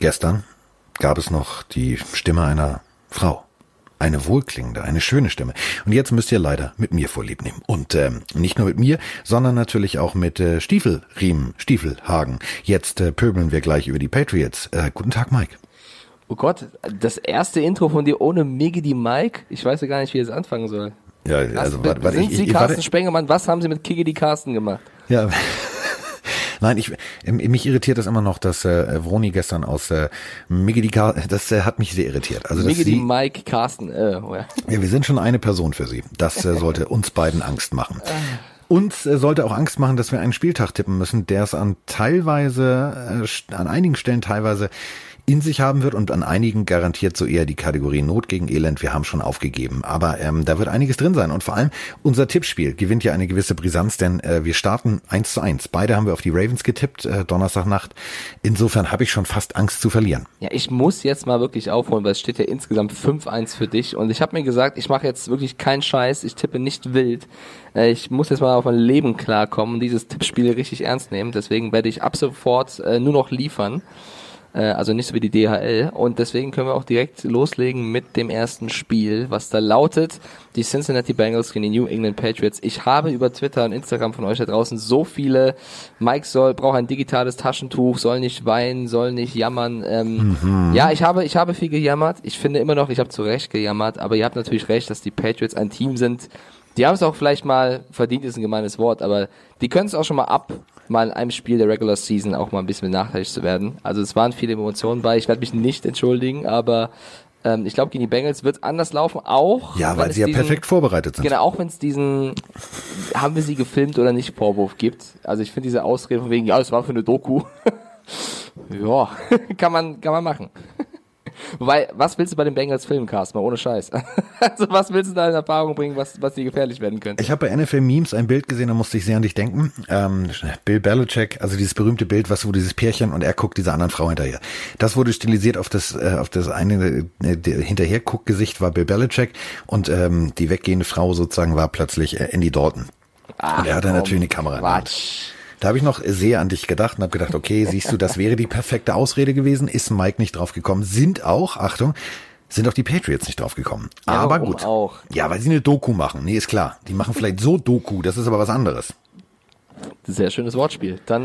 Gestern gab es noch die Stimme einer Frau. Eine wohlklingende, eine schöne Stimme. Und jetzt müsst ihr leider mit mir Vorlieb nehmen. Und nicht nur mit mir, sondern natürlich auch mit Stiefelhagen. Jetzt pöbeln wir gleich über die Patriots. Guten Tag, Mike. Oh Gott, das erste Intro von dir ohne Miggy die Mike? Ich weiß ja gar nicht, wie es anfangen soll. Ja, also sind Sie Carsten Spengemann? Was haben Sie mit Kiggedy Carsten gemacht? Ja, nein, mich irritiert das immer noch, dass Vroni gestern aus Miggy die das hat mich sehr irritiert. Also Miggy die Mike Carsten. Ja, wir sind schon eine Person für Sie. Das sollte uns beiden Angst machen. Uns sollte auch Angst machen, dass wir einen Spieltag tippen müssen, der es an einigen Stellen teilweise in sich haben wird und an einigen garantiert so eher die Kategorie Not gegen Elend. Wir haben schon aufgegeben, aber da wird einiges drin sein und vor allem unser Tippspiel gewinnt ja eine gewisse Brisanz, denn wir starten 1:1. Beide haben wir auf die Ravens getippt, Donnerstagnacht. Insofern habe ich schon fast Angst zu verlieren. Ja, ich muss jetzt mal wirklich aufholen, weil es steht ja insgesamt 5:1 für dich und ich habe mir gesagt, ich mache jetzt wirklich keinen Scheiß, ich tippe nicht wild. Ich muss jetzt mal auf mein Leben klarkommen und dieses Tippspiel richtig ernst nehmen, deswegen werde ich ab sofort nur noch liefern. Also nicht so wie die DHL und deswegen können wir auch direkt loslegen mit dem ersten Spiel, was da lautet, die Cincinnati Bengals gegen die New England Patriots. Ich habe über Twitter und Instagram von euch da draußen so viele, Mike braucht ein digitales Taschentuch, soll nicht weinen, soll nicht jammern. Ja, ich habe viel gejammert, ich finde immer noch, ich habe zu Recht gejammert, aber ihr habt natürlich recht, dass die Patriots ein Team sind, die haben es auch vielleicht mal verdient, ist ein gemeines Wort, aber die können es auch schon mal mal in einem Spiel der Regular Season auch mal ein bisschen benachteiligt zu werden. Also es waren viele Emotionen bei, ich werde mich nicht entschuldigen, aber ich glaube, gegen die Bengals wird es anders laufen, auch. Ja, weil sie ja perfekt vorbereitet sind. Genau, auch wenn es diesen, haben wir sie gefilmt oder nicht, Vorwurf gibt. Also ich finde diese Ausrede von wegen, ja, es war für eine Doku. Ja, kann man machen. Wobei, was willst du bei den Bengals filmen, Carsten, mal ohne Scheiß? Also was willst du da in Erfahrung bringen, was dir gefährlich werden könnte? Ich habe bei NFL Memes ein Bild gesehen, da musste ich sehr an dich denken. Bill Belichick, also dieses berühmte Bild, wo dieses Pärchen und er guckt dieser anderen Frau hinterher. Das wurde stilisiert auf das eine Hinterherguckgesicht war Bill Belichick und die weggehende Frau sozusagen war plötzlich Andy Dalton. Und er hatte natürlich eine Kamera in der Hand. Da habe ich noch sehr an dich gedacht und habe gedacht, okay, siehst du, das wäre die perfekte Ausrede gewesen, ist Mike nicht drauf gekommen, sind auch die Patriots nicht drauf gekommen. Ja, aber gut. Auch? Ja, weil sie eine Doku machen. Nee, ist klar. Die machen vielleicht so Doku, das ist aber was anderes. Sehr schönes Wortspiel. Dann,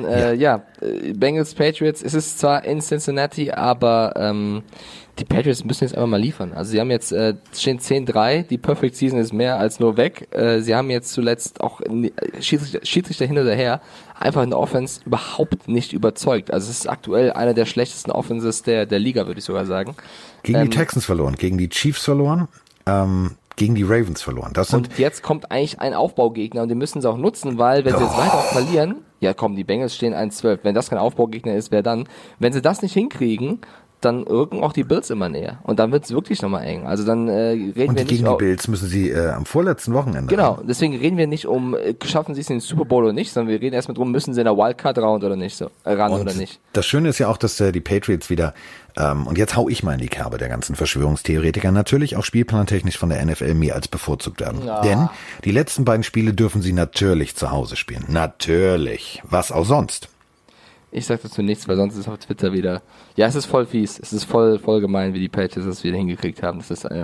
Bengals, Patriots, es ist zwar in Cincinnati, aber die Patriots müssen jetzt einfach mal liefern. Also sie haben jetzt, stehen 10-3, die Perfect Season ist mehr als nur weg. Sie haben jetzt zuletzt auch Schiedsrichter hin oder her einfach in der Offense überhaupt nicht überzeugt. Also es ist aktuell einer der schlechtesten Offenses der Liga, würde ich sogar sagen. Gegen die Texans verloren, gegen die Chiefs verloren, gegen die Ravens verloren. Und jetzt kommt eigentlich ein Aufbaugegner und den müssen sie auch nutzen, weil wenn sie jetzt weiter verlieren, ja komm, die Bengals stehen 1-12. Wenn das kein Aufbaugegner ist, wer dann? Wenn sie das nicht hinkriegen, dann rücken auch die Bills immer näher. Und dann wird es wirklich nochmal eng. Also dann reden wir nicht... Und gegen die Bills müssen sie am vorletzten Wochenende. Genau, deswegen reden wir nicht schaffen sie es in den Super Bowl oder nicht, sondern wir reden erstmal drum, müssen sie in der Wildcard-Round oder nicht, ran oder nicht. Das Schöne ist ja auch, dass die Patriots wieder, und jetzt hau ich mal in die Kerbe der ganzen Verschwörungstheoretiker, natürlich auch spielplantechnisch von der NFL mehr als bevorzugt werden. Ja. Denn die letzten beiden Spiele dürfen sie natürlich zu Hause spielen. Natürlich. Was auch sonst. Ich sag dazu nichts, weil sonst ist auf Twitter wieder... Ja, es ist voll fies. Es ist voll gemein, wie die Patriots das wieder hingekriegt haben. Das ist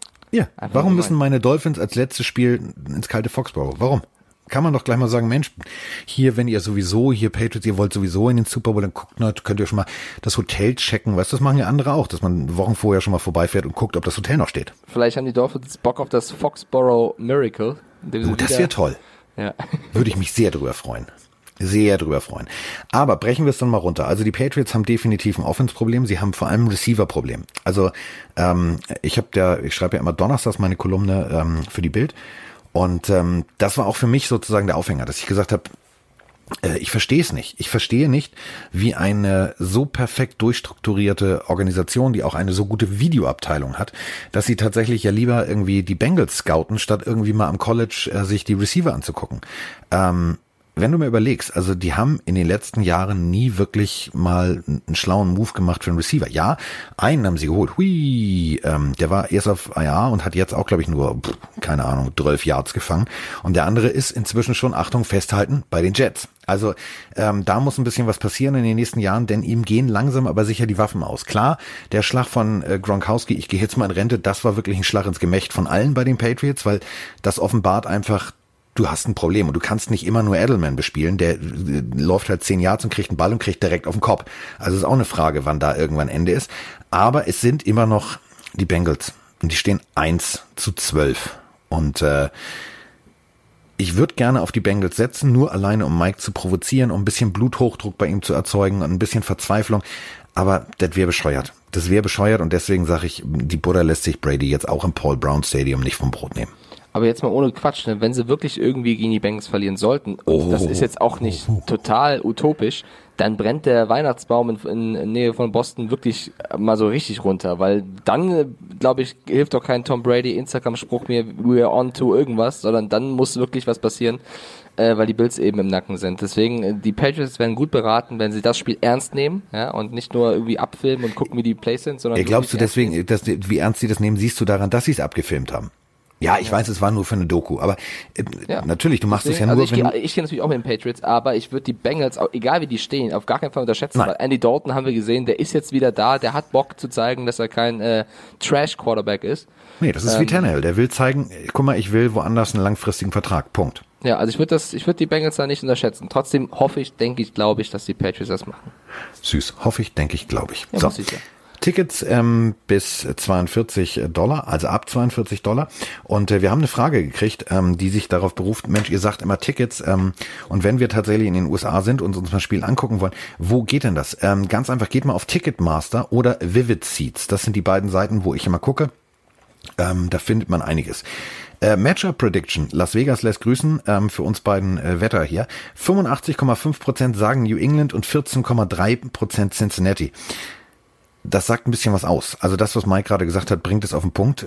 warum müssen meine Dolphins als letztes Spiel ins kalte Foxborough? Warum? Kann man doch gleich mal sagen, Mensch, hier, wenn ihr sowieso, hier Patriots, ihr wollt sowieso in den Super Bowl, dann könnt ihr schon mal das Hotel checken. Weißt du, das machen ja andere auch, dass man Wochen vorher schon mal vorbeifährt und guckt, ob das Hotel noch steht. Vielleicht haben die Dolphins Bock auf das Foxborough Miracle. Das wäre toll. Ja. Würde ich mich sehr drüber freuen. Sehr drüber freuen. Aber brechen wir es dann mal runter. Also die Patriots haben definitiv ein Offense-Problem. Sie haben vor allem ein Receiver-Problem. Also ich schreibe ja immer donnerstags meine Kolumne für die Bild. Und das war auch für mich sozusagen der Aufhänger, dass ich gesagt habe, ich verstehe es nicht. Ich verstehe nicht, wie eine so perfekt durchstrukturierte Organisation, die auch eine so gute Videoabteilung hat, dass sie tatsächlich ja lieber irgendwie die Bengals scouten, statt irgendwie mal am College sich die Receiver anzugucken. wenn du mir überlegst, also die haben in den letzten Jahren nie wirklich mal einen schlauen Move gemacht für einen Receiver. Ja, einen haben sie geholt. Hui, der war erst auf IR und hat jetzt auch, glaube ich, nur, keine Ahnung, 12 Yards gefangen. Und der andere ist inzwischen schon, Achtung, festhalten, bei den Jets. Also da muss ein bisschen was passieren in den nächsten Jahren, denn ihm gehen langsam aber sicher die Waffen aus. Klar, der Schlag von Gronkowski, ich gehe jetzt mal in Rente, das war wirklich ein Schlag ins Gemächt von allen bei den Patriots, weil das offenbart einfach, du hast ein Problem und du kannst nicht immer nur Edelman bespielen, der läuft halt 10 Yards und kriegt einen Ball und kriegt direkt auf den Kopf. Also ist auch eine Frage, wann da irgendwann Ende ist. Aber es sind immer noch die Bengals und die stehen 1-12 und ich würde gerne auf die Bengals setzen, nur alleine um Mike zu provozieren, um ein bisschen Bluthochdruck bei ihm zu erzeugen und ein bisschen Verzweiflung. Aber das wäre bescheuert. Das wäre bescheuert und deswegen sage ich, die Butter lässt sich Brady jetzt auch im Paul Brown Stadium nicht vom Brot nehmen. Aber jetzt mal ohne Quatsch, ne? Wenn sie wirklich irgendwie gegen die Bengals verlieren sollten, und das ist jetzt auch nicht total utopisch, dann brennt der Weihnachtsbaum in Nähe von Boston wirklich mal so richtig runter, weil dann, glaube ich, hilft doch kein Tom Brady Instagram-Spruch mehr, we're on to irgendwas, sondern dann muss wirklich was passieren, weil die Bills eben im Nacken sind. Deswegen, die Patriots werden gut beraten, wenn sie das Spiel ernst nehmen, ja, und nicht nur irgendwie abfilmen und gucken, wie die Plays sind, sondern glaubst du deswegen, wie ernst sie das nehmen, siehst du daran, dass sie es abgefilmt haben? Ja, ich weiß, es war nur für eine Doku, aber natürlich, du machst es ja nur, ich gehe natürlich auch mit den Patriots, aber ich würde die Bengals, auch, egal wie die stehen, auf gar keinen Fall unterschätzen, weil Andy Dalton haben wir gesehen, der ist jetzt wieder da, der hat Bock zu zeigen, dass er kein Trash-Quarterback ist. Nee, das ist wie Tannehill, der will zeigen, guck mal, ich will woanders einen langfristigen Vertrag, Punkt. Ja, also ich würde die Bengals da nicht unterschätzen. Trotzdem hoffe ich, denke ich, glaube ich, dass die Patriots das machen. Süß, hoffe ich, denke ich, glaube ich. Ja, so. Sicher. Tickets bis $42, also ab $42. Und wir haben eine Frage gekriegt, die sich darauf beruft, Mensch, ihr sagt immer Tickets, und wenn wir tatsächlich in den USA sind und uns mal ein Spiel angucken wollen, wo geht denn das? Ganz einfach, geht mal auf Ticketmaster oder Vivid Seats. Das sind die beiden Seiten, wo ich immer gucke. Da findet man einiges. Matchup Prediction. Las Vegas lässt grüßen für uns beiden Wetter hier. 85,5% sagen New England und 14,3% Cincinnati. Das sagt ein bisschen was aus. Also das, was Mike gerade gesagt hat, bringt es auf den Punkt.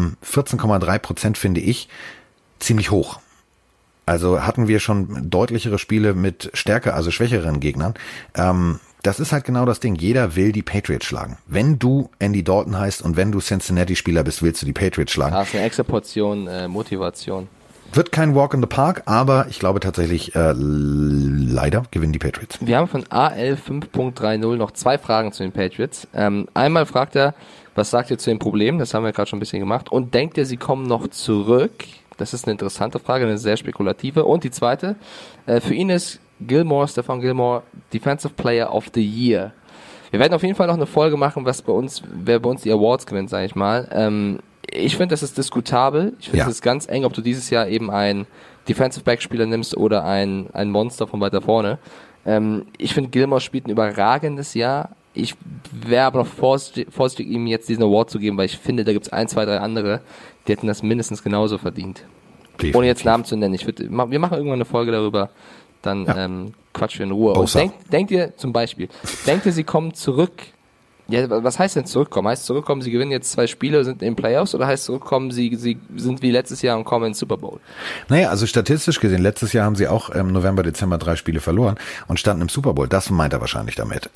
14,3% finde ich ziemlich hoch. Also hatten wir schon deutlichere Spiele mit stärker, also schwächeren Gegnern. Das ist halt genau das Ding. Jeder will die Patriots schlagen. Wenn du Andy Dalton heißt und wenn du Cincinnati-Spieler bist, willst du die Patriots schlagen. Das ist eine extra Portion Motivation. Wird kein Walk in the Park, aber ich glaube tatsächlich, leider gewinnen die Patriots. Wir haben von AL 5.30 noch 2 Fragen zu den Patriots. Einmal fragt er, was sagt ihr zu den Problemen? Das haben wir gerade schon ein bisschen gemacht. Und denkt ihr, sie kommen noch zurück? Das ist eine interessante Frage, eine sehr spekulative. Und die zweite, für ihn ist Stephon Gilmore, Defensive Player of the Year. Wir werden auf jeden Fall noch eine Folge machen, wer bei uns die Awards gewinnt, sage ich mal. Ich finde, das ist diskutabel. Ich finde, es ist ganz eng, ob du dieses Jahr eben einen Defensive Back Spieler nimmst oder ein Monster von weiter vorne. Ich finde, Gilmore spielt ein überragendes Jahr. Ich wäre aber noch vorsichtig, ihm jetzt diesen Award zu geben, weil ich finde, da gibt es 1, 2, 3 andere, die hätten das mindestens genauso verdient. Definitiv. Ohne jetzt Namen zu nennen. Wir machen irgendwann eine Folge darüber, dann quatschen wir in Ruhe. Und denkt ihr, sie kommen zurück? Ja, was heißt denn zurückkommen? Heißt zurückkommen, sie gewinnen jetzt 2 Spiele, sind in den Playoffs, oder heißt zurückkommen, sie sind wie letztes Jahr und kommen ins Super Bowl? Naja, also statistisch gesehen, letztes Jahr haben sie auch im November, Dezember 3 Spiele verloren und standen im Super Bowl. Das meint er wahrscheinlich damit.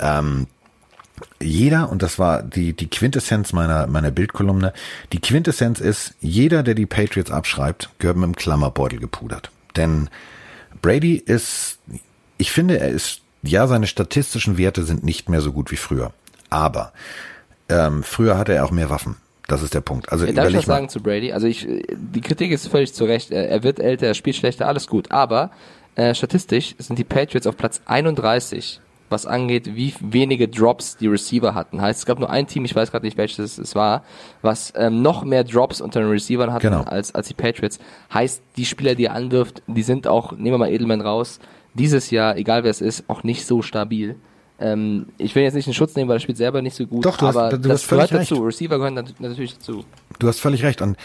Jeder, und das war die Quintessenz meiner Bildkolumne, die Quintessenz ist, jeder, der die Patriots abschreibt, gehört mit dem Klammerbeutel gepudert. Denn Brady ist, ich finde, seine statistischen Werte sind nicht mehr so gut wie früher. Aber früher hatte er auch mehr Waffen. Das ist der Punkt. Also darf ich was sagen zu Brady? Also die Kritik ist völlig zu Recht. Er wird älter, er spielt schlechter, alles gut. Aber statistisch sind die Patriots auf Platz 31, was angeht, wie wenige Drops die Receiver hatten. Heißt, es gab nur ein Team, ich weiß gerade nicht, welches es war, was noch mehr Drops unter den Receivern hatten als die Patriots. Heißt, die Spieler, die er anwirft, die sind auch, nehmen wir mal Edelman raus, dieses Jahr, egal wer es ist, auch nicht so stabil. Ich will jetzt nicht in Schutz nehmen, weil er spielt selber nicht so gut, Doch, aber das gehört recht. dazu. Receiver gehören natürlich dazu. Du hast völlig recht. Und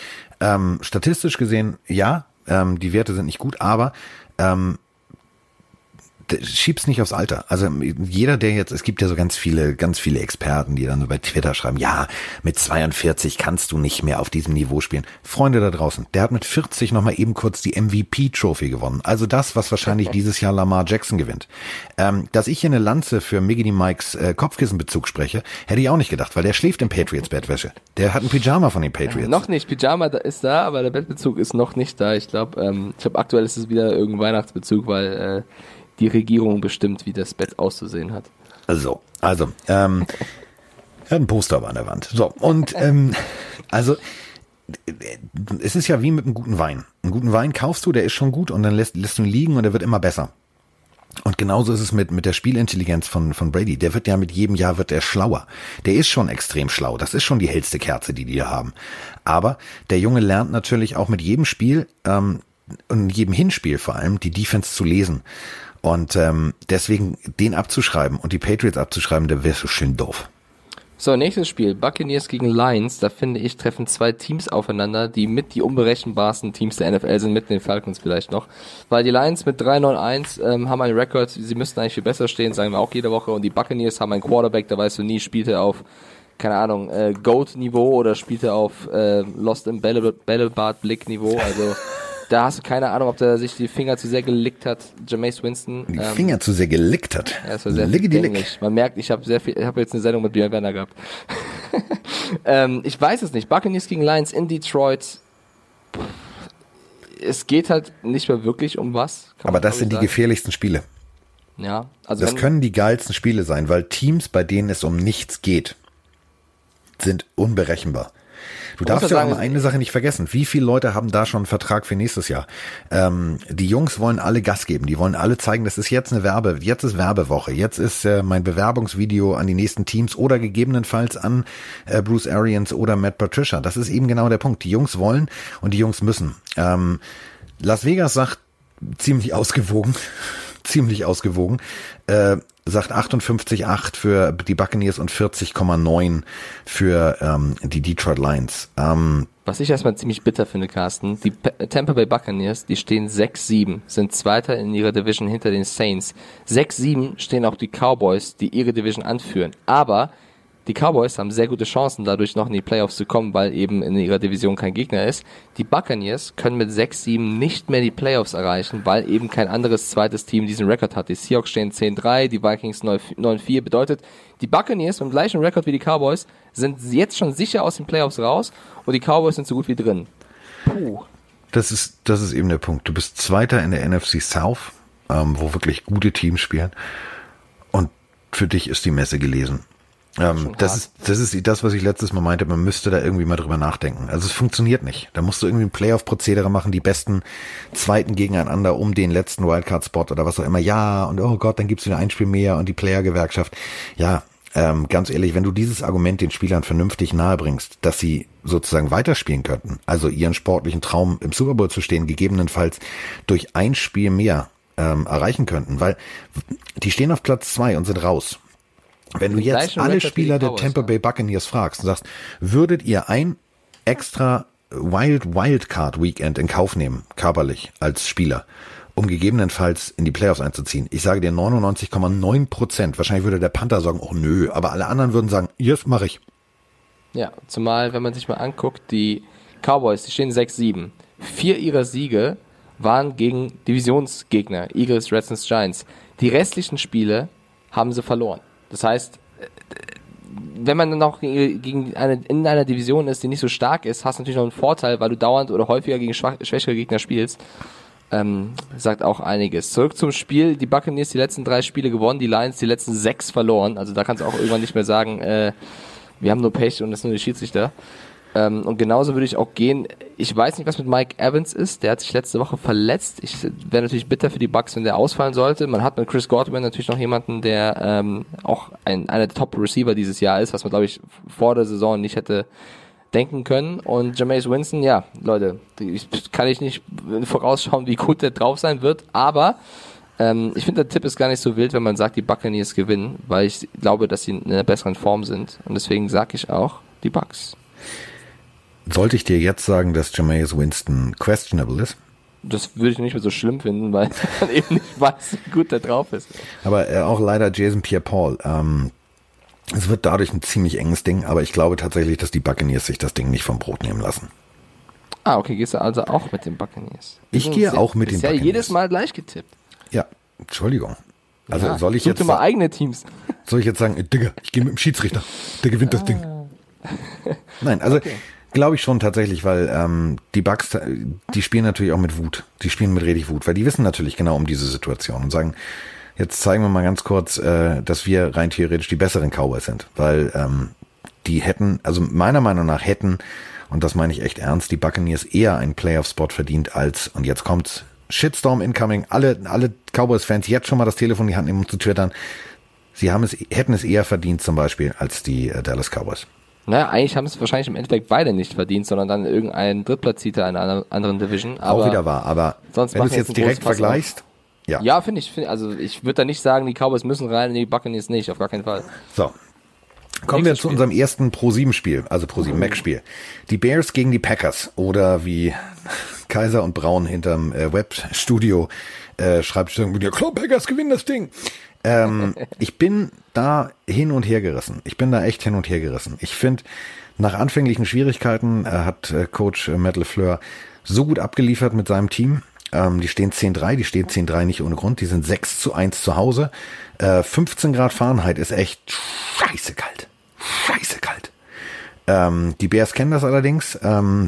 statistisch gesehen, die Werte sind nicht gut, aber schieb's nicht aufs Alter. Also jeder, der jetzt, es gibt ja so ganz viele Experten, die dann so bei Twitter schreiben, ja, mit 42 kannst du nicht mehr auf diesem Niveau spielen. Freunde da draußen, der hat mit 40 nochmal eben kurz die MVP-Trophy gewonnen. Also das, was wahrscheinlich dieses Jahr Lamar Jackson gewinnt. Dass ich hier eine Lanze für Miggity Mikes Kopfkissenbezug spreche, hätte ich auch nicht gedacht, weil der schläft in Patriots-Bettwäsche. Der hat ein Pyjama von den Patriots. Noch nicht, Pyjama ist da, aber der Bettbezug ist noch nicht da. Ich glaube, aktuell ist es wieder irgendein Weihnachtsbezug, weil die Regierung bestimmt, wie das Bett auszusehen hat. Also, er hat ein Poster aber an der Wand. So, und also es ist ja wie mit einem guten Wein. Einen guten Wein kaufst du, der ist schon gut und dann lässt du ihn liegen und der wird immer besser. Und genauso ist es mit der Spielintelligenz von Brady. Der wird ja mit jedem Jahr wird er schlauer. Der ist schon extrem schlau. Das ist schon die hellste Kerze, die hier haben. Aber der Junge lernt natürlich auch mit jedem Spiel und jedem Hinspiel vor allem die Defense zu lesen. Und deswegen den abzuschreiben und die Patriots abzuschreiben, der wäre so schön doof. So, nächstes Spiel, Buccaneers gegen Lions. Da finde ich, treffen zwei Teams aufeinander, die mit die unberechenbarsten Teams der NFL sind, mit den Falcons vielleicht noch. Weil die Lions mit 3-9-1 haben einen Rekord, sie müssten eigentlich viel besser stehen, sagen wir auch jede Woche. Und die Buccaneers haben einen Quarterback, da weißt du nie, spielt er auf, keine Ahnung, GOAT-Niveau oder spielt er auf Lost in Bällebad-Blick-Niveau. Also da hast du keine Ahnung, ob der sich die Finger zu sehr gelickt hat, Jameis Winston. Die Finger zu sehr gelickt hat. Ja, das war sehr Englisch. Man merkt, ich habe jetzt eine Sendung mit Björn Werner gehabt. Ich weiß es nicht. Buccaneers gegen Lions in Detroit. Es geht halt nicht mehr wirklich um was. Aber das sind die gefährlichsten Spiele. Ja, also das können die geilsten Spiele sein, weil Teams, bei denen es um nichts geht, sind unberechenbar. Du darfst ja auch mal eine Sache nicht vergessen. Wie viele Leute haben da schon einen Vertrag für nächstes Jahr? Die Jungs wollen alle Gas geben. Die wollen alle zeigen, das ist jetzt jetzt ist Werbewoche. Jetzt ist mein Bewerbungsvideo an die nächsten Teams oder gegebenenfalls an Bruce Arians oder Matt Patricia. Das ist eben genau der Punkt. Die Jungs wollen und die Jungs müssen. Las Vegas sagt ziemlich ausgewogen, sagt 58,8 für die Buccaneers und 40,9 für die Detroit Lions. Was ich erstmal ziemlich bitter finde, Carsten, die Tampa Bay Buccaneers, die stehen 6-7, sind Zweiter in ihrer Division hinter den Saints. 6-7 stehen auch die Cowboys, die ihre Division anführen. Aber die Cowboys haben sehr gute Chancen, dadurch noch in die Playoffs zu kommen, weil eben in ihrer Division kein Gegner ist. Die Buccaneers können mit 6-7 nicht mehr die Playoffs erreichen, weil eben kein anderes zweites Team diesen Rekord hat. Die Seahawks stehen 10-3, die Vikings 9-4. Bedeutet, die Buccaneers mit dem gleichen Rekord wie die Cowboys sind jetzt schon sicher aus den Playoffs raus und die Cowboys sind so gut wie drin. Puh. Das ist eben der Punkt. Du bist Zweiter in der NFC South, wo wirklich gute Teams spielen. Und für dich ist die Messe gelesen. Das ist das, was ich letztes Mal meinte, man müsste da irgendwie mal drüber nachdenken. Also es funktioniert nicht. Da musst du irgendwie ein Playoff-Prozedere machen, die besten Zweiten gegeneinander um den letzten Wildcard-Spot oder was auch immer. Ja, und oh Gott, dann gibt's wieder ein Spiel mehr und die Player-Gewerkschaft. Ja, ganz ehrlich, wenn du dieses Argument den Spielern vernünftig nahebringst, dass sie sozusagen weiterspielen könnten, also ihren sportlichen Traum im Super Bowl zu stehen, gegebenenfalls durch ein Spiel mehr erreichen könnten, weil die stehen auf Platz 2 und sind raus. Wenn du jetzt alle Spieler der Tampa Bay Buccaneers fragst und sagst, würdet ihr ein extra Wildcard Weekend in Kauf nehmen, körperlich, als Spieler, um gegebenenfalls in die Playoffs einzuziehen? Ich sage dir 99,9%. Wahrscheinlich würde der Panther sagen, oh nö, aber alle anderen würden sagen, yes, mache ich. Ja, zumal, wenn man sich mal anguckt, die Cowboys, die stehen 6-7. 4 ihrer Siege waren gegen Divisionsgegner, Eagles, Redskins, Giants. Die restlichen Spiele haben sie verloren. Das heißt, wenn man dann noch in einer Division ist, die nicht so stark ist, hast du natürlich noch einen Vorteil, weil du dauernd oder häufiger gegen schwächere Gegner spielst. Sagt auch einiges. Zurück zum Spiel. Die Buccaneers die letzten 3 Spiele gewonnen, die Lions die letzten 6 verloren. Also da kannst du auch irgendwann nicht mehr sagen, wir haben nur Pech und das sind nur die Schiedsrichter. Und genauso würde ich auch gehen. Ich weiß nicht, was mit Mike Evans ist. Der hat sich letzte Woche verletzt. Wäre natürlich bitter für die Bucks, wenn der ausfallen sollte. Man hat mit Chris Godwin natürlich noch jemanden, der auch einer der Top-Receiver dieses Jahr ist, was man, glaube ich, vor der Saison nicht hätte denken können. Und Jameis Winston, ja, Leute, kann ich nicht vorausschauen, wie gut der drauf sein wird. Aber ich finde, der Tipp ist gar nicht so wild, wenn man sagt, die Buccaneers gewinnen, weil ich glaube, dass sie in einer besseren Form sind. Und deswegen sage ich auch, die Bucks. Sollte ich dir jetzt sagen, dass Jameis Winston questionable ist? Das würde ich nicht mehr so schlimm finden, weil man eben nicht weiß, wie gut der drauf ist. Aber auch leider Jason Pierre-Paul. Es wird dadurch ein ziemlich enges Ding, aber ich glaube tatsächlich, dass die Buccaneers sich das Ding nicht vom Brot nehmen lassen. Ah, okay, gehst du also auch mit den Buccaneers? Ich gehe auch mit den Buccaneers. Ja, jedes Mal gleich getippt. Ja, Entschuldigung. Also ja, soll ich jetzt mal eigene Teams. Soll ich jetzt sagen, Digga, ich gehe mit dem Schiedsrichter. Der gewinnt das Ding. Nein, also glaube ich schon tatsächlich, weil die Bucks, die spielen natürlich auch mit Wut. Die spielen mit richtig Wut, weil die wissen natürlich genau um diese Situation und sagen, jetzt zeigen wir mal ganz kurz, dass wir rein theoretisch die besseren Cowboys sind, weil die hätten, also meiner Meinung nach hätten, und das meine ich echt ernst, die Buccaneers eher einen Playoff-Spot verdient als, und jetzt kommt's, Shitstorm incoming, alle Cowboys-Fans jetzt schon mal das Telefon in die Hand nehmen, um zu twittern. Sie hätten es eher verdient zum Beispiel als die Dallas Cowboys. Naja, eigentlich haben es wahrscheinlich im Endeffekt beide nicht verdient, sondern dann irgendein Drittplatzierter in einer anderen Division. Aber auch wieder wahr, aber wenn du es jetzt direkt vergleichst. Ja, ja, finde ich. Also ich würde da nicht sagen, die Cowboys müssen rein, die Buccaneers nicht, auf gar keinen Fall. So. Kommen wir zu unserem ersten Pro-7-Spiel, also Pro-7-Max-Spiel. Die Bears gegen die Packers oder wie Kaiser und Braun hinterm Webstudio schreibt irgendwie, ja klar, Packers gewinnen das Ding. Ich bin da hin und her gerissen. Ich finde, nach anfänglichen Schwierigkeiten hat Coach Matt LaFleur so gut abgeliefert mit seinem Team. Die stehen 10-3, die stehen 10-3 nicht ohne Grund. Die sind 6-1 zu Hause. 15 Grad Fahrenheit ist echt scheiße kalt. Die Bears kennen das allerdings.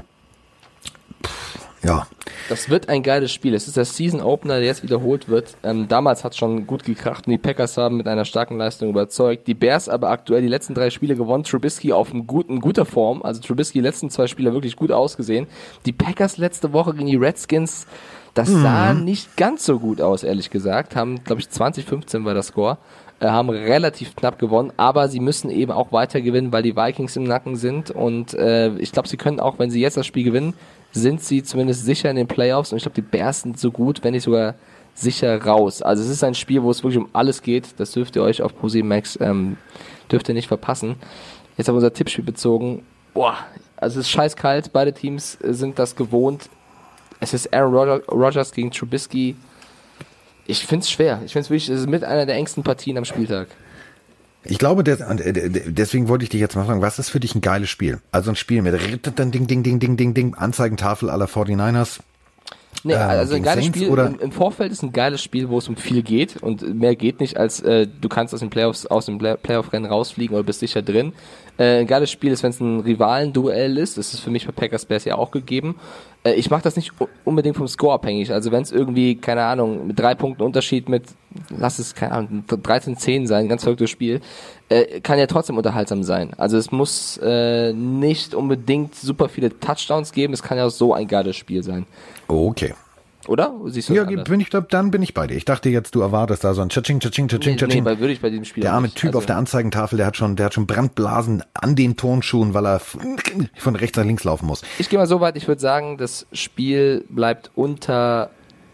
Ja. Das wird ein geiles Spiel. Es ist der Season Opener, der jetzt wiederholt wird. Damals hat es schon gut gekracht und die Packers haben mit einer starken Leistung überzeugt. Die Bears aber aktuell die letzten 3 Spiele gewonnen. Trubisky auf in guter Form. Also Trubisky die letzten 2 Spiele wirklich gut ausgesehen. Die Packers letzte Woche gegen die Redskins, das sah nicht ganz so gut aus, ehrlich gesagt. Haben, glaube ich, 20-15 war der Score. Haben relativ knapp gewonnen, aber sie müssen eben auch weiter gewinnen, weil die Vikings im Nacken sind und ich glaube, sie können auch, wenn sie jetzt das Spiel gewinnen, sind sie zumindest sicher in den Playoffs und ich glaube, die Bears sind so gut, wenn nicht sogar sicher raus. Also es ist ein Spiel, wo es wirklich um alles geht, das dürft ihr euch auf Pro7 Max dürft ihr nicht verpassen. Jetzt haben wir unser Tippspiel bezogen. Boah, also es ist scheiß kalt, beide Teams sind das gewohnt. Es ist Aaron Rodgers gegen Trubisky. Ich finde es schwer. Ich finde es wirklich, es ist mit einer der engsten Partien am Spieltag. Ich glaube, deswegen wollte ich dich jetzt mal fragen, was ist für dich ein geiles Spiel? Also ein Spiel mit Ding, Anzeigentafel aller 49ers. Nee, also ein geiles Saints, Spiel, oder? im Vorfeld ist ein geiles Spiel, wo es um viel geht und mehr geht nicht, als du kannst aus dem Playoff-Rennen rausfliegen oder bist sicher drin. Ein geiles Spiel ist, wenn es ein Rivalen-Duell ist, das ist für mich bei Packers Bears ja auch gegeben. Ich mache das nicht unbedingt vom Score abhängig, also wenn es irgendwie, keine Ahnung, mit 3 Punkten Unterschied mit, lass es, keine Ahnung, 13-10 sein, ein ganz verrücktes Spiel, kann ja trotzdem unterhaltsam sein. Also es muss nicht unbedingt super viele Touchdowns geben, es kann ja auch so ein geiles Spiel sein. Okay. Oder? Siehst du Ja, das dann bin ich bei dir. Ich dachte jetzt, du erwartest da so ein Tschatsching. Nee, weil würde ich bei diesem Spiel Der arme nicht. Typ auf der Anzeigentafel, der hat schon Brandblasen an den Turnschuhen, weil er von rechts nach links laufen muss. Ich gehe mal so weit, ich würde sagen, das Spiel bleibt unter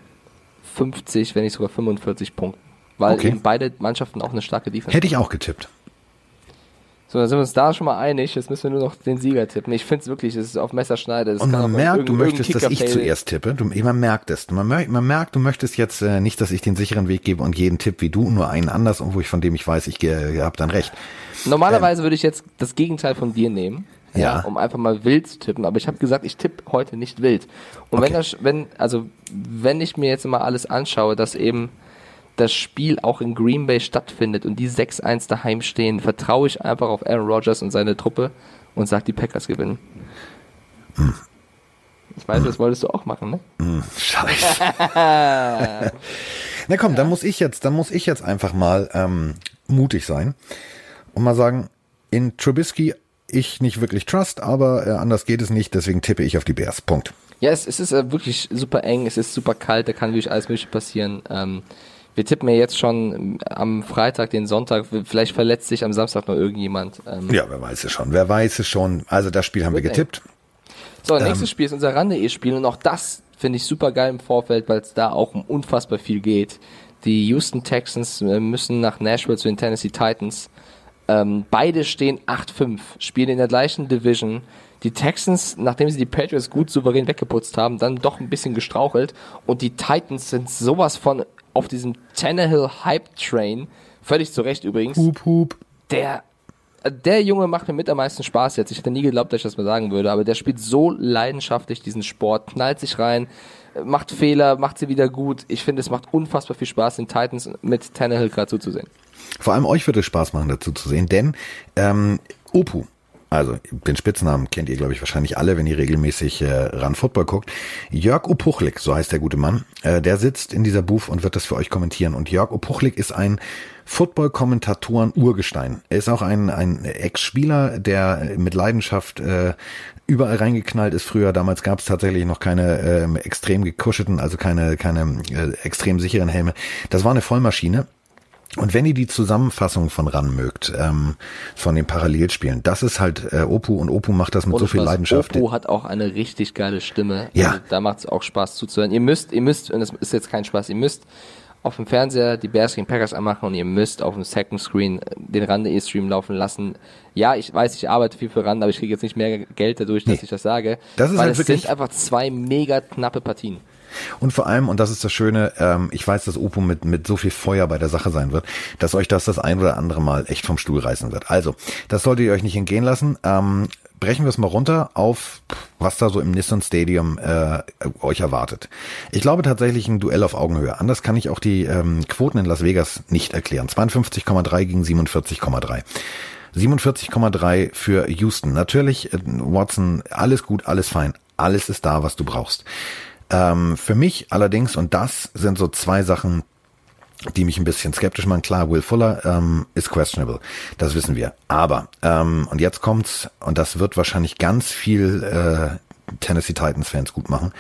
50, wenn nicht sogar 45 Punkten. Weil eben beide Mannschaften auch eine starke Defense haben. Hätte ich auch getippt. So, dann sind wir uns da schon mal einig. Jetzt müssen wir nur noch den Sieger tippen. Ich finde es wirklich, es ist auf Messerschneide. Und man merkt, du möchtest, dass ich zuerst tippe. Man merkt es. Man merkt, du möchtest jetzt nicht, dass ich den sicheren Weg gebe und jeden Tipp wie du, nur einen anders, und von dem ich weiß, ich habe dann recht. Normalerweise würde ich jetzt das Gegenteil von dir nehmen. Ja. Um einfach mal wild zu tippen. Aber ich habe gesagt, ich tippe heute nicht wild. Und wenn ich mir jetzt mal alles anschaue, dass eben das Spiel auch in Green Bay stattfindet und die 6-1 daheim stehen, vertraue ich einfach auf Aaron Rodgers und seine Truppe und sage, die Packers gewinnen. Ich weiß, das wolltest du auch machen, ne? Scheiße. Na komm, dann muss ich jetzt einfach mal mutig sein und mal sagen, in Trubisky ich nicht wirklich trust, aber anders geht es nicht, deswegen tippe ich auf die Bears. Punkt. Ja, es ist wirklich super eng, es ist super kalt, da kann wirklich alles Mögliche passieren. Wir tippen ja jetzt schon am Freitag, den Sonntag. Vielleicht verletzt sich am Samstag noch irgendjemand. Ja, wer weiß es schon. Also das Spiel haben wir getippt. So, nächstes Spiel ist unser Rande-E-Spiel. Und auch das finde ich super geil im Vorfeld, weil es da auch um unfassbar viel geht. Die Houston Texans müssen nach Nashville zu den Tennessee Titans. Beide stehen 8-5, spielen in der gleichen Division. Die Texans, nachdem sie die Patriots gut souverän weggeputzt haben, dann doch ein bisschen gestrauchelt. Und die Titans sind sowas von auf diesem Tannehill-Hype-Train, völlig zu Recht übrigens. Hup, hup. Der Junge macht mir mit am meisten Spaß jetzt. Ich hätte nie geglaubt, dass ich das mal sagen würde, aber der spielt so leidenschaftlich diesen Sport, knallt sich rein, macht Fehler, macht sie wieder gut. Ich finde, es macht unfassbar viel Spaß, den Titans mit Tannehill gerade zuzusehen. Vor allem euch wird es Spaß machen, dazu zu sehen, denn Opu, also den Spitznamen kennt ihr, glaube ich, wahrscheinlich alle, wenn ihr regelmäßig Run Football guckt. Jörg Opuchlik, so heißt der gute Mann, der sitzt in dieser Booth und wird das für euch kommentieren. Und Jörg Opuchlik ist ein Football-Kommentatoren-Urgestein. Er ist auch ein Ex-Spieler, der mit Leidenschaft überall reingeknallt ist. Früher, damals gab es tatsächlich noch keine extrem gekuschelten, also keine extrem sicheren Helme. Das war eine Vollmaschine. Und wenn ihr die Zusammenfassung von RAN mögt, von den Parallelspielen, das ist halt Opu, und Opu macht das mit so viel Leidenschaft. Opu hat auch eine richtig geile Stimme. Ja. Also, da macht es auch Spaß zuzuhören. Ihr müsst, und das ist jetzt kein Spaß, ihr müsst auf dem Fernseher die Bears gegen Packers anmachen und ihr müsst auf dem Second Screen den RAN.de-Stream laufen lassen. Ja, ich weiß, ich arbeite viel für RAN, aber ich kriege jetzt nicht mehr Geld dadurch, dass ich das sage. Das ist weil halt es sind einfach 2 mega knappe Partien. Und vor allem, und das ist das Schöne, ich weiß, dass Opu mit so viel Feuer bei der Sache sein wird, dass euch das ein oder andere Mal echt vom Stuhl reißen wird. Also, das solltet ihr euch nicht entgehen lassen. Brechen wir es mal runter auf, was da so im Nissan Stadium euch erwartet. Ich glaube tatsächlich ein Duell auf Augenhöhe. Anders kann ich auch die Quoten in Las Vegas nicht erklären. 52,3 gegen 47,3. 47,3 für Houston. Natürlich, Watson, alles gut, alles fein. Alles ist da, was du brauchst. Für mich allerdings, und das sind so 2 Sachen, die mich ein bisschen skeptisch machen. Klar, Will Fuller ist questionable, das wissen wir. Aber, und jetzt kommt's, und das wird wahrscheinlich ganz viel Tennessee Titans Fans gut machen.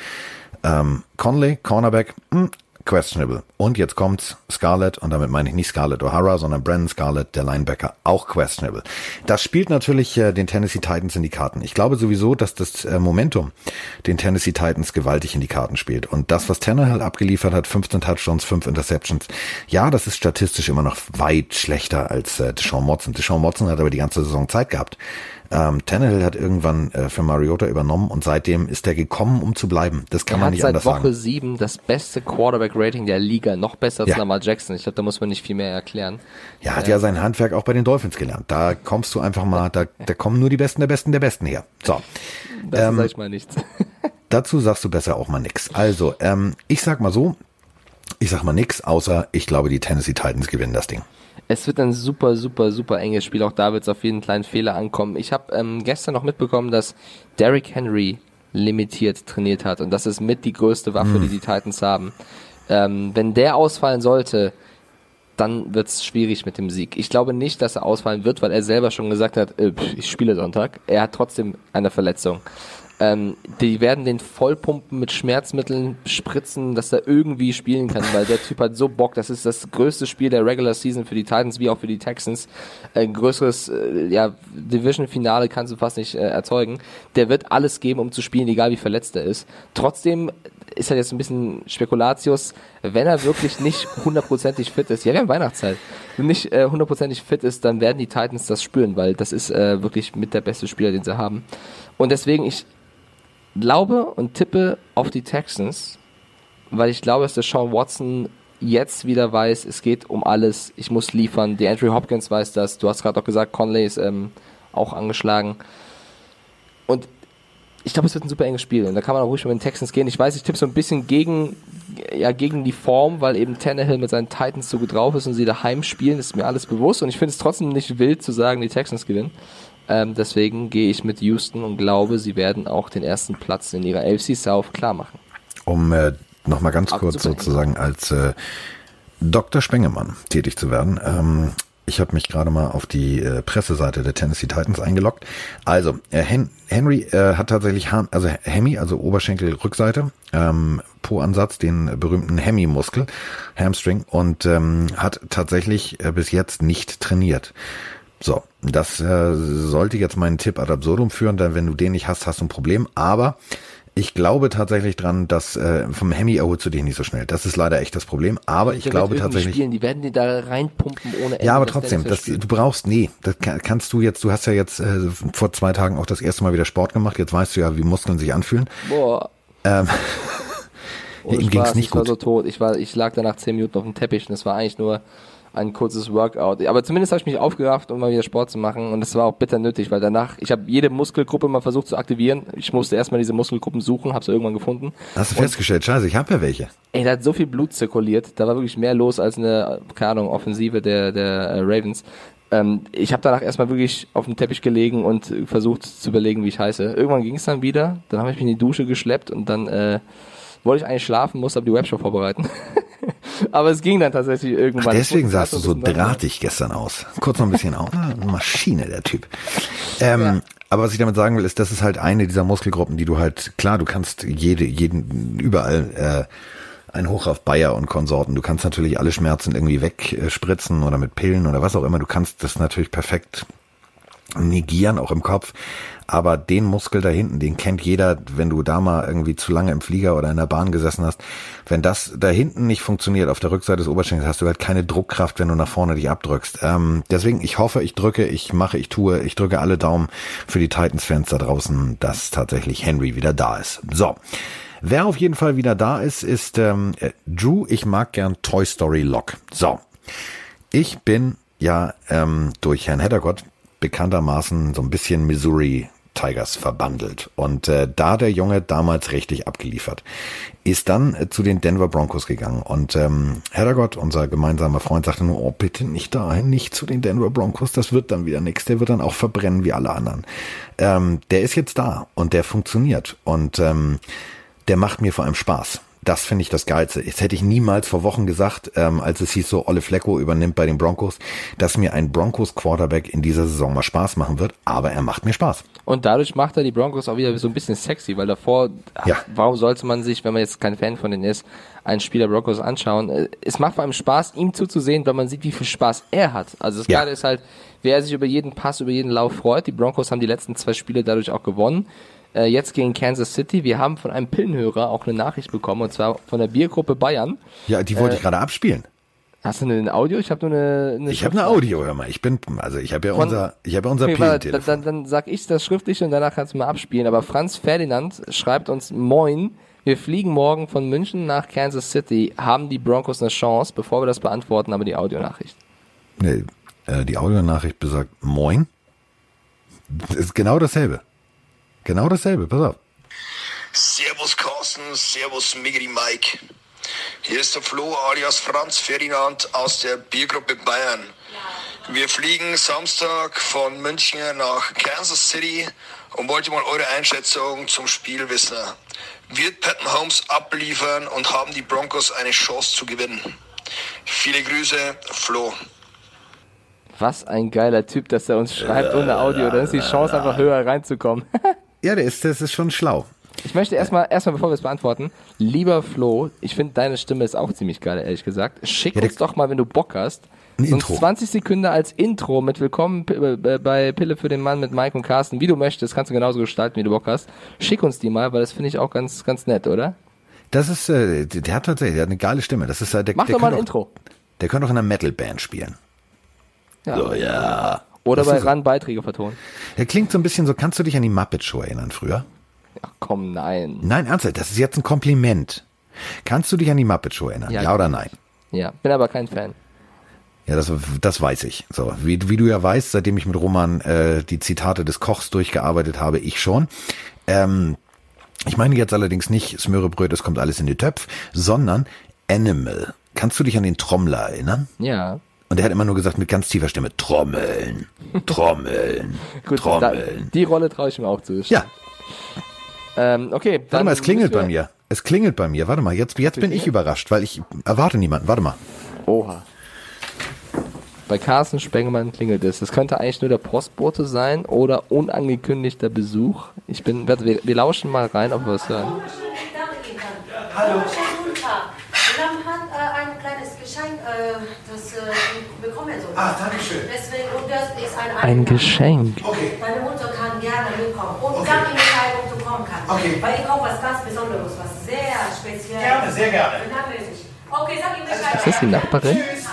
Conley, Cornerback, questionable. Und jetzt kommt's, Scarlett, und damit meine ich nicht Scarlett O'Hara, sondern Brandon Scarlett, der Linebacker, auch questionable. Das spielt natürlich den Tennessee Titans in die Karten. Ich glaube sowieso, dass das Momentum den Tennessee Titans gewaltig in die Karten spielt. Und das, was Tannehill abgeliefert hat, 15 Touchdowns, 5 Interceptions, ja, das ist statistisch immer noch weit schlechter als Deshaun Watson. Deshaun Watson hat aber die ganze Saison Zeit gehabt. Tannehill hat irgendwann für Mariota übernommen und seitdem ist er gekommen, um zu bleiben. Das kann man nicht anders sagen. Er hat seit Woche 7 das beste Quarterback-Rating der Liga, noch besser als Lamar Jackson. Ich glaube, da muss man nicht viel mehr erklären. Ja, hat ja sein Handwerk auch bei den Dolphins gelernt. Da kommst du einfach mal, da kommen nur die Besten der Besten der Besten her. So. Das sag ich mal nichts. Dazu sagst du besser auch mal nix. Also, ich sag mal so, ich sag mal nix, außer ich glaube, die Tennessee Titans gewinnen das Ding. Es wird ein super, super, super enges Spiel. Auch da wird es auf jeden kleinen Fehler ankommen. Ich habe gestern noch mitbekommen, dass Derrick Henry limitiert trainiert hat. Und das ist mit die größte Waffe, die Titans haben. Wenn der ausfallen sollte, dann wird es schwierig mit dem Sieg. Ich glaube nicht, dass er ausfallen wird, weil er selber schon gesagt hat, ich spiele Sonntag. Er hat trotzdem eine Verletzung. Die werden den vollpumpen mit Schmerzmitteln, spritzen, dass er irgendwie spielen kann, weil der Typ hat so Bock. Das ist das größte Spiel der Regular Season für die Titans wie auch für die Texans. Ein größeres Division-Finale kannst du fast nicht erzeugen. Der wird alles geben, um zu spielen, egal wie verletzt er ist. Trotzdem ist er jetzt ein bisschen Spekulatius, wenn er wirklich nicht 100%ig fit ist. Ja, wir haben Weihnachtszeit. Wenn nicht 100%ig fit ist, dann werden die Titans das spüren, weil das ist wirklich mit der beste Spieler, den sie haben. Und deswegen, ich glaube und tippe auf die Texans, weil ich glaube, dass der Deshaun Watson jetzt wieder weiß, es geht um alles, ich muss liefern. Der Andrew Hopkins weiß das, du hast gerade auch gesagt, Conley ist auch angeschlagen. Und ich glaube, es wird ein super enges Spiel und da kann man auch ruhig mit den Texans gehen. Ich weiß, ich tippe so ein bisschen gegen die Form, weil eben Tannehill mit seinen Titans so gut drauf ist und sie daheim spielen, das ist mir alles bewusst und ich finde es trotzdem nicht wild zu sagen, die Texans gewinnen. Deswegen gehe ich mit Houston und glaube, sie werden auch den ersten Platz in ihrer AFC South klar machen. Um nochmal ganz kurz sozusagen als Dr. Spengemann tätig zu werden. Ich habe mich gerade mal auf die Presseseite der Tennessee Titans eingeloggt. Also, Henry hat tatsächlich Hemi, also Oberschenkelrückseite, Po-Ansatz, den berühmten Hemi-Muskel, Hamstring, und hat tatsächlich bis jetzt nicht trainiert. So, das sollte jetzt meinen Tipp ad absurdum führen, denn wenn du den nicht hast, hast du ein Problem. Aber Ich glaube tatsächlich dran, dass vom Hemi erholst du dich nicht so schnell. Das ist leider echt das Problem. Aber ich glaube tatsächlich. Spielen, die werden die da reinpumpen ohne Ende. Ja, aber trotzdem, du brauchst, das kannst du jetzt, du hast ja jetzt vor 2 Tagen auch das erste Mal wieder Sport gemacht. Jetzt weißt du ja, wie Muskeln sich anfühlen. Boah. Ihm ging's nicht gut. Ich war so tot. Ich lag danach 10 Minuten auf dem Teppich und es war eigentlich nur ein kurzes Workout. Aber zumindest habe ich mich aufgerafft, um mal wieder Sport zu machen. Und das war auch bitter nötig, weil danach, ich habe jede Muskelgruppe mal versucht zu aktivieren. Ich musste erstmal diese Muskelgruppen suchen, habe sie irgendwann gefunden. Hast du festgestellt, scheiße, ich habe ja welche. Ey, da hat so viel Blut zirkuliert. Da war wirklich mehr los als eine, keine Ahnung, Offensive der Ravens. Ich habe danach erstmal wirklich auf dem Teppich gelegen und versucht zu überlegen, wie ich heiße. Irgendwann ging es dann wieder. Dann habe ich mich in die Dusche geschleppt und dann wollte ich eigentlich schlafen, musste aber die Webshow vorbereiten. Aber es ging dann tatsächlich irgendwann. Ach, deswegen sahst du so drahtig gestern aus. Kurz noch ein bisschen auf. Maschine, der Typ. Ja. Aber was ich damit sagen will, ist, das ist halt eine dieser Muskelgruppen, die du halt, klar, du kannst jeden überall ein Hoch auf Bayer und Konsorten. Du kannst natürlich alle Schmerzen irgendwie wegspritzen oder mit Pillen oder was auch immer. Du kannst das natürlich perfekt negieren, auch im Kopf. Aber den Muskel da hinten, den kennt jeder, wenn du da mal irgendwie zu lange im Flieger oder in der Bahn gesessen hast. Wenn das da hinten nicht funktioniert, auf der Rückseite des Oberschenkels, hast du halt keine Druckkraft, wenn du nach vorne dich abdrückst. Deswegen, ich hoffe, ich drücke alle Daumen für die Titans-Fans da draußen, dass tatsächlich Henry wieder da ist. So. Wer auf jeden Fall wieder da ist Drew. Ich mag gern Toy Story Lock. So. Ich bin ja durch Herrn Heddergott bekanntermaßen so ein bisschen Missouri Tigers verbandelt. Und da der Junge damals richtig abgeliefert, ist dann zu den Denver Broncos gegangen. Und Heddergott, unser gemeinsamer Freund, sagte nur, oh, bitte nicht dahin, nicht zu den Denver Broncos, das wird dann wieder nichts. Der wird dann auch verbrennen wie alle anderen. Der ist jetzt da und der funktioniert. Und der macht mir vor allem Spaß. Das finde ich das Geilste. Jetzt hätte ich niemals vor Wochen gesagt, als es hieß so, Olle Flecko übernimmt bei den Broncos, dass mir ein Broncos-Quarterback in dieser Saison mal Spaß machen wird, aber er macht mir Spaß. Und dadurch macht er die Broncos auch wieder so ein bisschen sexy, weil davor, warum sollte man sich, wenn man jetzt kein Fan von denen ist, einen Spieler Broncos anschauen? Es macht vor allem Spaß, ihm zuzusehen, weil man sieht, wie viel Spaß er hat. Also das Geile ist halt, wer sich über jeden Pass, über jeden Lauf freut. Die Broncos haben die letzten 2 Spiele dadurch auch gewonnen. Jetzt gegen Kansas City. Wir haben von einem Pillenhörer auch eine Nachricht bekommen, und zwar von der Biergruppe Bayern. Ja, die wollte ich gerade abspielen. Hast du ein Audio? Ich habe nur eine Ich habe eine Audio, hör mal. Ich habe ja unser Pillentelefon. Dann sag ich das schriftlich und danach kannst du mal abspielen. Aber Franz Ferdinand schreibt uns, moin, wir fliegen morgen von München nach Kansas City. Haben die Broncos eine Chance? Bevor wir das beantworten, aber die Audionachricht. Nee, die Audionachricht besagt, moin. Das ist genau dasselbe. Genau dasselbe, pass auf. Servus Carsten, servus Migri Mike. Hier ist der Flo alias Franz Ferdinand aus der Biergruppe Bayern. Wir fliegen Samstag von München nach Kansas City und wollte mal eure Einschätzung zum Spiel wissen. Wird Pat Mahomes abliefern und haben die Broncos eine Chance zu gewinnen? Viele Grüße, Flo. Was ein geiler Typ, dass er uns schreibt ohne Audio. Dann ist die Chance einfach höher reinzukommen. Ja, das ist schon schlau. Ich möchte erstmal bevor wir es beantworten, lieber Flo, ich finde deine Stimme ist auch ziemlich geil, ehrlich gesagt. Schick uns doch mal, wenn du Bock hast, so ein 20 Sekunden als Intro mit Willkommen bei Pille für den Mann mit Mike und Carsten, wie du möchtest, kannst du genauso gestalten, wie du Bock hast. Schick uns die mal, weil das finde ich auch ganz, ganz nett, oder? Das ist, der hat eine geile Stimme. Das ist, Mach doch mal ein Intro. Der könnte auch in einer Metal-Band spielen. Ja. So, ja. Oder bei RAN Beiträge vertonen. Der klingt so ein bisschen so, kannst du dich an die Muppet Show erinnern früher? Ach komm, nein. Nein, ernsthaft, das ist jetzt ein Kompliment. Kannst du dich an die Muppet Show erinnern? Ja oder nein? Ja, bin aber kein Fan. Ja, das weiß ich. So, wie du ja weißt, seitdem ich mit Roman die Zitate des Kochs durchgearbeitet habe, ich schon. Ich meine jetzt allerdings nicht Smörebröt, es kommt alles in die Töpf, sondern Animal. Kannst du dich an den Trommler erinnern? Ja. Und er hat immer nur gesagt mit ganz tiefer Stimme, Trommeln, Trommeln, Gut, Trommeln. Die Rolle traue ich mir auch zu. Ja. Okay. Warte mal, es klingelt bei mir. Es klingelt bei mir. Warte mal, jetzt bin ich überrascht, weil ich erwarte niemanden. Warte mal. Oha. Bei Carsten Spengemann klingelt es. Das könnte eigentlich nur der Postbote sein oder unangekündigter Besuch. Wir lauschen mal rein, ob wir was hören. Hallo. Wir haben ein kleines Geschenk, das bekommen soll. Ah, danke schön. Deswegen, und das ist Ein Geschenk. Okay. Deine Mutter kann gerne mitkommen. Und sag ihm Bescheid, ob du kommst. kommen kann. Okay. Weil ich auch was ganz Besonderes, was sehr speziell. Gerne, sehr gerne. Okay, sag ihm Bescheid. Ist das die Nachbarin? Tschüss.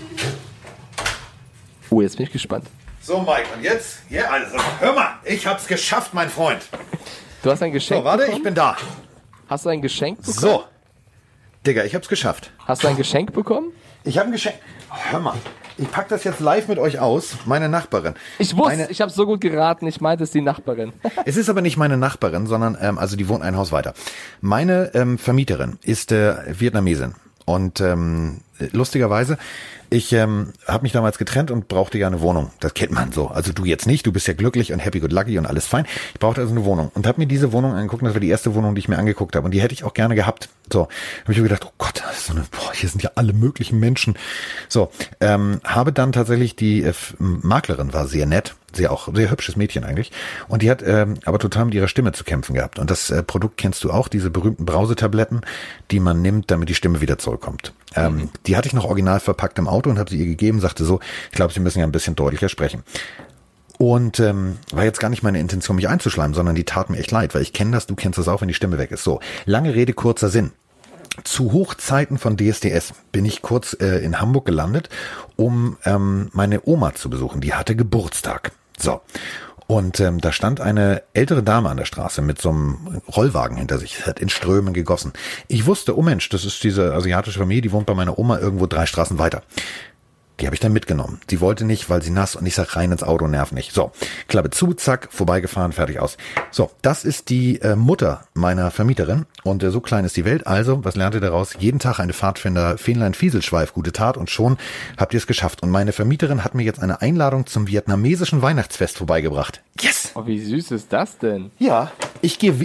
Oh, jetzt bin ich gespannt. So, Mike, und jetzt? Ja, also, hör mal, ich hab's geschafft, mein Freund. Du hast ein Geschenk So, warte, bekommen? ich bin da. Hast du ein Geschenk bekommen? So. Digga, ich hab's geschafft. Hast du ein Geschenk bekommen? Ich habe ein Geschenk. Oh, hör mal, ich pack das jetzt live mit euch aus. Meine Nachbarin. Ich wusste, ich habe so gut geraten, ich meinte, es ist die Nachbarin. Es ist aber nicht meine Nachbarin, sondern, also die wohnt ein Haus weiter. Meine Vermieterin ist Vietnamesin. Und lustigerweise, ich habe mich damals getrennt und brauchte ja eine Wohnung. Das kennt man so. Also du jetzt nicht, du bist ja glücklich und happy good lucky und alles fein. Ich brauchte also eine Wohnung und habe mir diese Wohnung angeguckt. Das war die erste Wohnung, die ich mir angeguckt habe. Und die hätte ich auch gerne gehabt. So, habe ich mir gedacht, oh Gott, das ist so eine, hier sind ja alle möglichen Menschen. So, habe dann tatsächlich die Maklerin war sehr nett. Sehr hübsches Mädchen eigentlich. Und die hat aber total mit ihrer Stimme zu kämpfen gehabt. Und das Produkt kennst du auch, diese berühmten Brausetabletten, die man nimmt, damit die Stimme wieder zurückkommt. Die hatte ich noch original verpackt im Auto und habe sie ihr gegeben, sagte so, ich glaube, Sie müssen ja ein bisschen deutlicher sprechen. Und war jetzt gar nicht meine Intention, mich einzuschleimen, sondern die tat mir echt leid, weil ich kenne das, du kennst das auch, wenn die Stimme weg ist. So, lange Rede, kurzer Sinn. Zu Hochzeiten von DSDS bin ich kurz in Hamburg gelandet, um meine Oma zu besuchen. Die hatte Geburtstag. So. Und da stand eine ältere Dame an der Straße mit so einem Rollwagen hinter sich, hat in Strömen gegossen. Ich wusste, oh Mensch, das ist diese asiatische Familie, die wohnt bei meiner Oma irgendwo 3 Straßen weiter. Die habe ich dann mitgenommen. Sie wollte nicht, weil sie nass und ich sag rein ins Auto, nerv nicht. So, Klappe zu, zack, vorbeigefahren, fertig aus. So, das ist die Mutter meiner Vermieterin und so klein ist die Welt. Also, was lernt ihr daraus? Jeden Tag eine Pfadfinder Fähnlein-Fieselschweif, gute Tat und schon habt ihr es geschafft. Und meine Vermieterin hat mir jetzt eine Einladung zum vietnamesischen Weihnachtsfest vorbeigebracht. Yes! Oh, wie süß ist das denn? Ja, ich gehe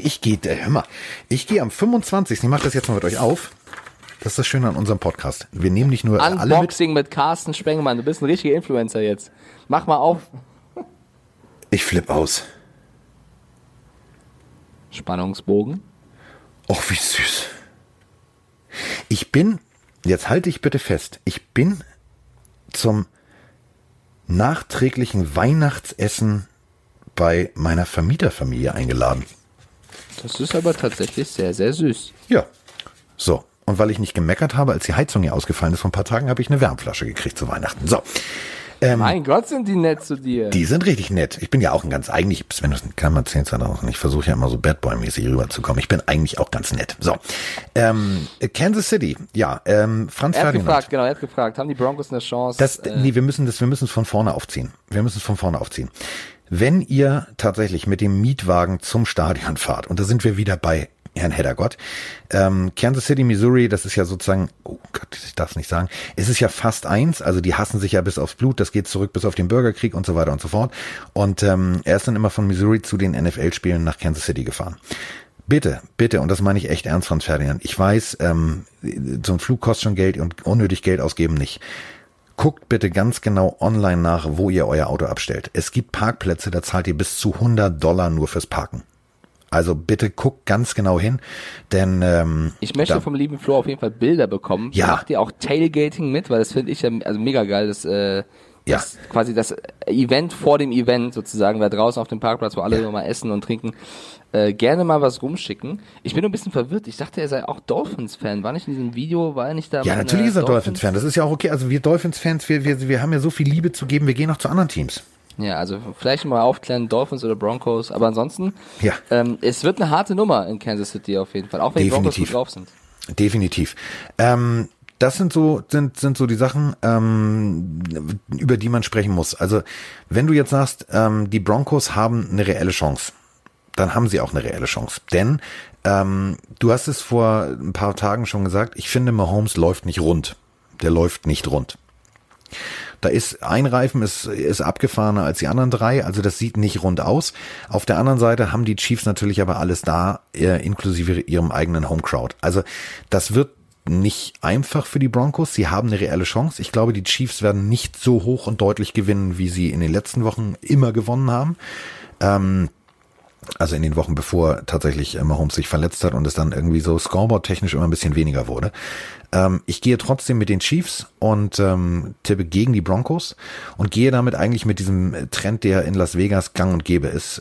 am 25. Ich mache das jetzt mal mit euch auf. Das ist das Schöne an unserem Podcast. Wir nehmen nicht nur alle mit. Unboxing mit Carsten Spengemann. Du bist ein richtiger Influencer jetzt. Mach mal auf. Ich flipp aus. Spannungsbogen. Och, wie süß. Jetzt halte ich bitte fest, ich bin zum nachträglichen Weihnachtsessen bei meiner Vermieterfamilie eingeladen. Das ist aber tatsächlich sehr, sehr süß. Ja, so. Und weil ich nicht gemeckert habe, als die Heizung hier ausgefallen ist vor ein paar Tagen, habe ich eine Wärmflasche gekriegt zu Weihnachten. So. Mein Gott, sind die nett zu dir. Die sind richtig nett. Ich bin ja auch eigentlich, wenn du es in Klammern zählst, ich versuche ja immer so Bad Boy-mäßig rüberzukommen. Ich bin eigentlich auch ganz nett. So. Kansas City, ja, Franz Ferdinand. Er hat gefragt, haben die Broncos eine Chance? Wir müssen es von vorne aufziehen. Wenn ihr tatsächlich mit dem Mietwagen zum Stadion fahrt, und da sind wir wieder bei Herrn Heddergott. Kansas City, Missouri, das ist ja sozusagen, oh Gott, ich darf es nicht sagen, es ist ja fast eins, also die hassen sich ja bis aufs Blut, das geht zurück bis auf den Bürgerkrieg und so weiter und so fort. Und er ist dann immer von Missouri zu den NFL-Spielen nach Kansas City gefahren. Bitte, und das meine ich echt ernst, Franz Ferdinand, ich weiß, so ein Flug kostet schon Geld und unnötig Geld ausgeben nicht. Guckt bitte ganz genau online nach, wo ihr euer Auto abstellt. Es gibt Parkplätze, da zahlt ihr bis zu $100 nur fürs Parken. Also bitte guckt ganz genau hin, denn ich möchte vom lieben Flo auf jeden Fall Bilder bekommen. Ja. Macht ihr auch Tailgating mit? Weil das finde ich ja also mega geil, das quasi das Event vor dem Event sozusagen, da draußen auf dem Parkplatz, wo alle nochmal essen und trinken, gerne mal was rumschicken. Ich bin nur ein bisschen verwirrt. Ich dachte, er sei auch Dolphins-Fan. War nicht in diesem Video, war er nicht da? Ja, natürlich ist er Dolphins-Fan. Das ist ja auch okay. Also wir Dolphins-Fans, wir haben ja so viel Liebe zu geben, wir gehen auch zu anderen Teams. Ja, also vielleicht mal aufklären, Dolphins oder Broncos, aber ansonsten, ja. Es wird eine harte Nummer in Kansas City auf jeden Fall, auch wenn Definitiv. Die Broncos gut drauf sind. Definitiv. Das sind so die Sachen, über die man sprechen muss. Also wenn du jetzt sagst, die Broncos haben eine reelle Chance, dann haben sie auch eine reelle Chance. Denn du hast es vor ein paar Tagen schon gesagt, ich finde, Mahomes läuft nicht rund. Der läuft nicht rund. Da ist ein Reifen ist abgefahrener als die anderen 3, also das sieht nicht rund aus. Auf der anderen Seite haben die Chiefs natürlich aber alles da, inklusive ihrem eigenen Homecrowd. Also das wird nicht einfach für die Broncos. Sie haben eine reelle Chance. Ich glaube, die Chiefs werden nicht so hoch und deutlich gewinnen, wie sie in den letzten Wochen immer gewonnen haben. Also in den Wochen, bevor tatsächlich Mahomes sich verletzt hat und es dann irgendwie so scoreboard-technisch immer ein bisschen weniger wurde. Ich gehe trotzdem mit den Chiefs und tippe gegen die Broncos und gehe damit eigentlich mit diesem Trend, der in Las Vegas gang und gäbe ist.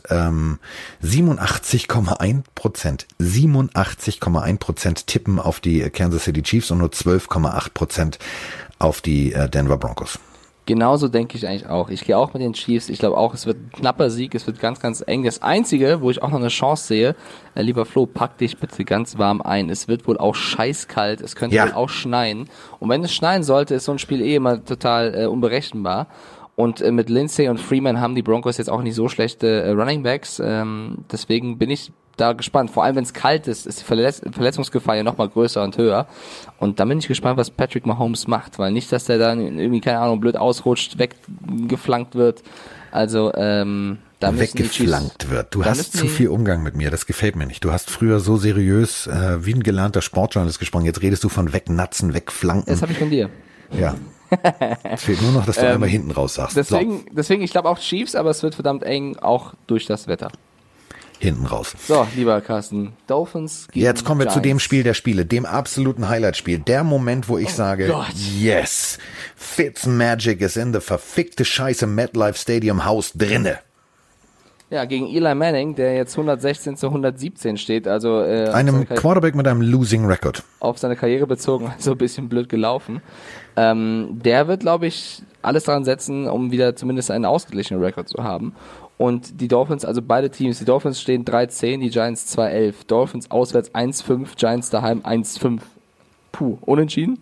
87,1% tippen auf die Kansas City Chiefs und nur 12,8% auf die Denver Broncos. Genauso denke ich eigentlich auch. Ich gehe auch mit den Chiefs. Ich glaube auch, es wird ein knapper Sieg. Es wird ganz, ganz eng. Das Einzige, wo ich auch noch eine Chance sehe, lieber Flo, pack dich bitte ganz warm ein. Es wird wohl auch scheißkalt. Es könnte wohl auch schneien. Und wenn es schneien sollte, ist so ein Spiel immer total unberechenbar. Und mit Lindsay und Freeman haben die Broncos jetzt auch nicht so schlechte Running Backs. Deswegen bin ich da gespannt. Vor allem, wenn es kalt ist, ist die Verletzungsgefahr ja nochmal größer und höher. Und da bin ich gespannt, was Patrick Mahomes macht, weil nicht, dass der dann irgendwie, keine Ahnung, blöd ausrutscht, weggeflankt wird. Also, da müssen weggeflankt wird. Du hast zu viel Umgang mit mir, das gefällt mir nicht. Du hast früher so seriös wie ein gelernter Sportjournalist gesprochen. Jetzt redest du von wegnatzen, wegflanken. Das habe ich von dir. Ja. Es fehlt nur noch, dass du einmal hinten raus sagst. Deswegen, ich glaube auch Chiefs, aber es wird verdammt eng, auch durch das Wetter. Hinten raus. So, lieber Carsten, Dolphins gegen Jetzt kommen wir Giants. zu dem Spiel der Spiele, dem absoluten Highlight-Spiel. Der Moment, wo ich sage, Gott. yes, Fitzmagic ist in the verfickte Scheiße MetLife Stadium Haus drinne. Ja, gegen Eli Manning, der jetzt 116-117 steht, also Einem Quarterback mit einem Losing Record. Auf seine Karriere bezogen, also ein bisschen blöd gelaufen. Der wird, glaube ich, alles daran setzen, um wieder zumindest einen ausgeglichenen Rekord zu haben. Und die Dolphins, also beide Teams, die Dolphins stehen 3-10, die Giants 2-11. Dolphins auswärts 1-5, Giants daheim 1-5. Puh, unentschieden?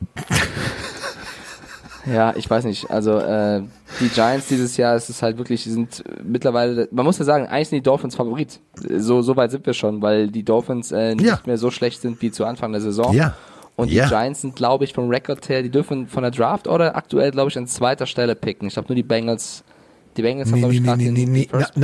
Ja, ich weiß nicht. Also die Giants dieses Jahr, es ist halt wirklich, die sind mittlerweile, man muss ja sagen, eigentlich sind die Dolphins Favorit. So weit sind wir schon, weil die Dolphins nicht mehr so schlecht sind wie zu Anfang der Saison. Ja. Und die Giants sind, glaube ich, vom Rekord her, die dürfen von der Draft oder aktuell, glaube ich, an zweiter Stelle picken. Ich glaube nur die Bengals haben, glaube ich, gerade den First.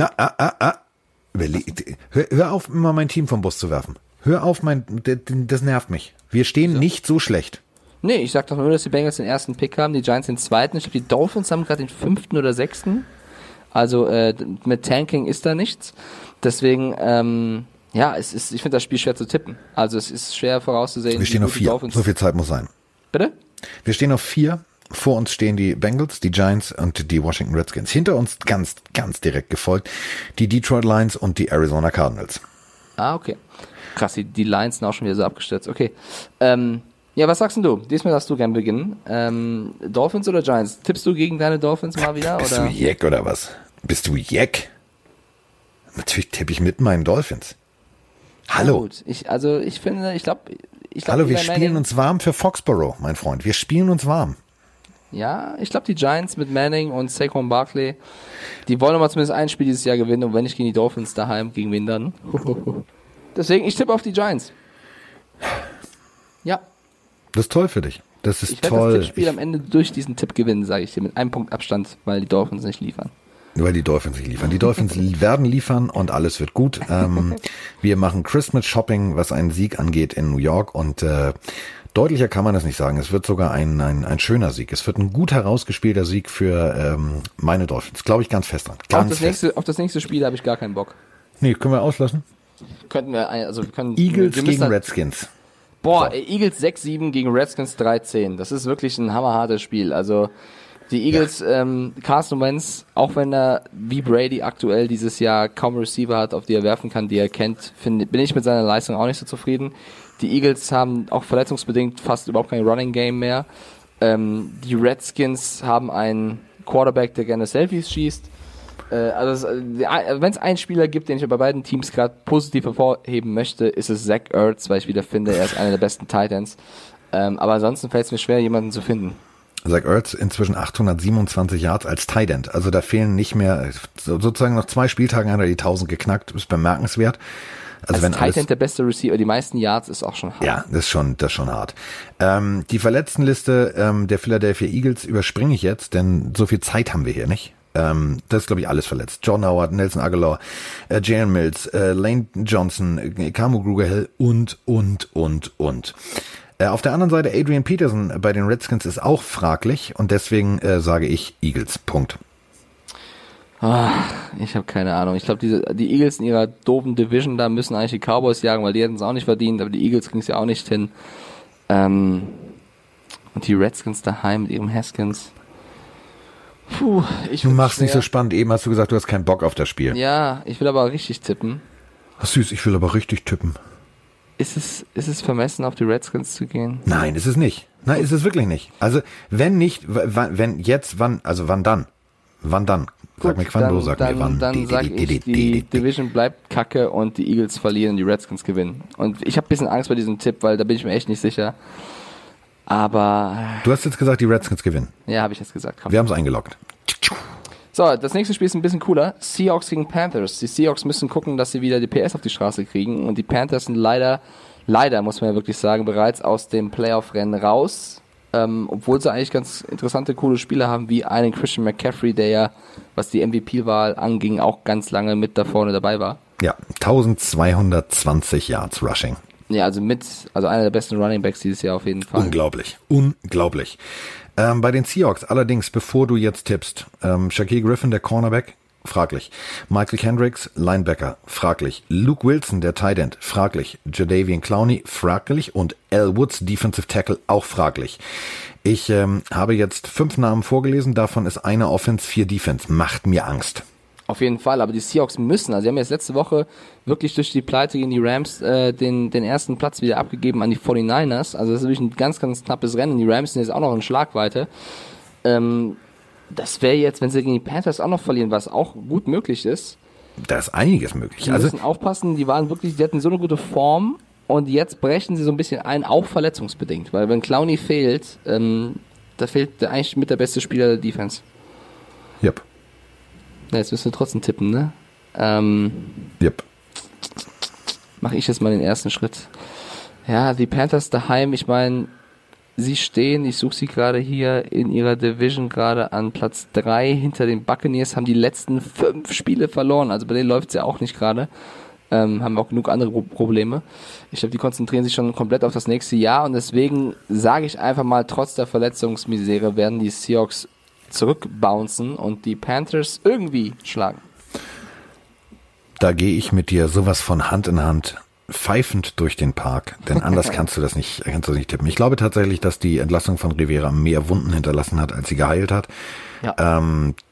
Hör auf, immer mein Team vom Bus zu werfen. Hör auf, das nervt mich. Wir stehen nicht so schlecht. Nee, ich sag doch nur, dass die Bengals den ersten Pick haben, die Giants den zweiten. Ich glaube, die Dolphins haben gerade den 5. oder 6. Also mit Tanking ist da nichts. Deswegen, ich finde das Spiel schwer zu tippen. Also es ist schwer vorauszusehen. Wir stehen auf 4. So viel Zeit muss sein. Bitte? Wir stehen auf 4. Vor uns stehen die Bengals, die Giants und die Washington Redskins. Hinter uns ganz, ganz direkt gefolgt die Detroit Lions und die Arizona Cardinals. Ah, okay. Krass, die Lions sind auch schon wieder so abgestürzt. Okay. Ja, was sagst denn du? Diesmal darfst du gern beginnen. Dolphins oder Giants? Tippst du gegen deine Dolphins mal wieder? Bist du Jack oder was? Bist du Jack? Natürlich tippe ich mit meinen Dolphins. Hallo. Gut. Ich glaube, hallo, wir spielen uns warm für Foxborough, mein Freund. Wir spielen uns warm. Ja, ich glaube, die Giants mit Manning und Saquon Barkley, die wollen aber zumindest ein Spiel dieses Jahr gewinnen und wenn nicht gegen die Dolphins daheim, gegen wen dann? Deswegen, ich tippe auf die Giants. Ja. Das ist toll für dich. Das ist ich werde toll. Das Tippspiel am Ende durch diesen Tipp gewinnen, sage ich dir, mit einem Punkt Abstand, weil die Dolphins nicht liefern. Weil die Dolphins nicht liefern. Die Dolphins werden liefern und alles wird gut. Wir machen Christmas Shopping, was einen Sieg angeht in New York und deutlicher kann man das nicht sagen. Es wird sogar ein schöner Sieg. Es wird ein gut herausgespielter Sieg für meine Dolphins. Glaube ich ganz fest dran. Auf das nächste Spiel habe ich gar keinen Bock. Nee, können wir auslassen? Eagles gegen Redskins. Boah, Eagles 6-7 gegen Redskins 3-10. Das ist wirklich ein hammerhartes Spiel. Also die Eagles, Carson Wentz, auch wenn er wie Brady aktuell dieses Jahr kaum Receiver hat, auf die er werfen kann, die er kennt, bin ich mit seiner Leistung auch nicht so zufrieden. Die Eagles haben auch verletzungsbedingt fast überhaupt kein Running Game mehr. Die Redskins haben einen Quarterback, der gerne Selfies schießt. Wenn es einen Spieler gibt, den ich bei beiden Teams gerade positiv hervorheben möchte, ist es Zach Ertz, weil ich wieder finde, er ist einer der besten Tight Ends. Aber ansonsten fällt es mir schwer, jemanden zu finden. Zach Ertz inzwischen 827 Yards als Tight End. Also da fehlen nicht mehr, sozusagen nach 2 Spieltagen hat er die 1000 geknackt. Ist bemerkenswert. Also wenn Tight End der beste Receiver, die meisten Yards ist auch schon hart. Ja, das ist schon hart. Die Verletztenliste der Philadelphia Eagles überspringe ich jetzt, denn so viel Zeit haben wir hier nicht. Das ist, glaube ich, alles verletzt. John Howard, Nelson Aguilar, Jalen Mills, Lane Johnson, Kamu Grugier-Hill und. Auf der anderen Seite Adrian Peterson bei den Redskins ist auch fraglich und deswegen sage ich Eagles. Punkt. Ich habe keine Ahnung. Ich glaube, die Eagles in ihrer doofen Division, da müssen eigentlich die Cowboys jagen, weil die hätten es auch nicht verdient, aber die Eagles kriegen es ja auch nicht hin. Und die Redskins daheim mit ihrem Haskins. Du machst nicht so spannend. Eben hast du gesagt, du hast keinen Bock auf das Spiel. Ja, ich will aber auch richtig tippen. Ach süß, ich will aber richtig tippen. Ist es vermessen, auf die Redskins zu gehen? Nein, ist es nicht. Nein, ist es wirklich nicht. Also, wenn nicht, wenn jetzt, wann, also wann dann? Wann dann? Sag mir wann, du sag mir wann. Dann sag ich, die Division bleibt kacke und die Eagles verlieren, die Redskins gewinnen. Und ich habe ein bisschen Angst bei diesem Tipp, weil da bin ich mir echt nicht sicher. Aber... Du hast jetzt gesagt, die Redskins gewinnen. Ja, habe ich jetzt gesagt. Komm. Wir haben es eingeloggt. So, das nächste Spiel ist ein bisschen cooler. Seahawks gegen Panthers. Die Seahawks müssen gucken, dass sie wieder die PS auf die Straße kriegen. Und die Panthers sind leider, muss man ja wirklich sagen, bereits aus dem Playoff-Rennen raus. Obwohl sie eigentlich ganz interessante, coole Spieler haben, wie einen Christian McCaffrey, der ja, was die MVP-Wahl anging, auch ganz lange mit da vorne dabei war. Ja, 1220 Yards Rushing. Ja, also einer der besten Running Backs dieses Jahr auf jeden Fall. Unglaublich. Bei den Seahawks allerdings, bevor du jetzt tippst, Shaquille Griffin, der Cornerback, fraglich. Michael Kendricks, Linebacker, fraglich. Luke Wilson, der Tight End, fraglich. Jadeveon Clowney, fraglich. Und Al Woods, Defensive Tackle, auch fraglich. Ich habe jetzt 5 Namen vorgelesen, davon ist eine Offense, 4 Defense. Macht mir Angst. Auf jeden Fall, aber die Seahawks müssen, also sie haben jetzt letzte Woche wirklich durch die Pleite gegen die Rams den ersten Platz wieder abgegeben an die 49ers. Also das ist wirklich ein ganz, ganz knappes Rennen. Die Rams sind jetzt auch noch in Schlagweite. Das wäre jetzt, wenn sie gegen die Panthers auch noch verlieren, was auch gut möglich ist. Da ist einiges möglich. Sie müssen aufpassen, die hatten so eine gute Form und jetzt brechen sie so ein bisschen ein, auch verletzungsbedingt. Weil wenn Clowney fehlt, da fehlt eigentlich mit der beste Spieler der Defense. Yep. Ja, jetzt müssen wir trotzdem tippen, ne? Yep. Mache ich jetzt mal den ersten Schritt. Ja, die Panthers daheim, ich meine, sie stehen, ich suche sie gerade hier in ihrer Division gerade an Platz 3 hinter den Buccaneers, haben die letzten 5 Spiele verloren, also bei denen läuft es ja auch nicht gerade, haben auch genug andere Probleme. Ich glaube, die konzentrieren sich schon komplett auf das nächste Jahr und deswegen sage ich einfach mal, trotz der Verletzungsmisere werden die Seahawks zurückbouncen und die Panthers irgendwie schlagen. Da gehe ich mit dir sowas von Hand in Hand pfeifend durch den Park, denn anders kannst du nicht tippen. Ich glaube tatsächlich, dass die Entlassung von Rivera mehr Wunden hinterlassen hat, als sie geheilt hat. Ja.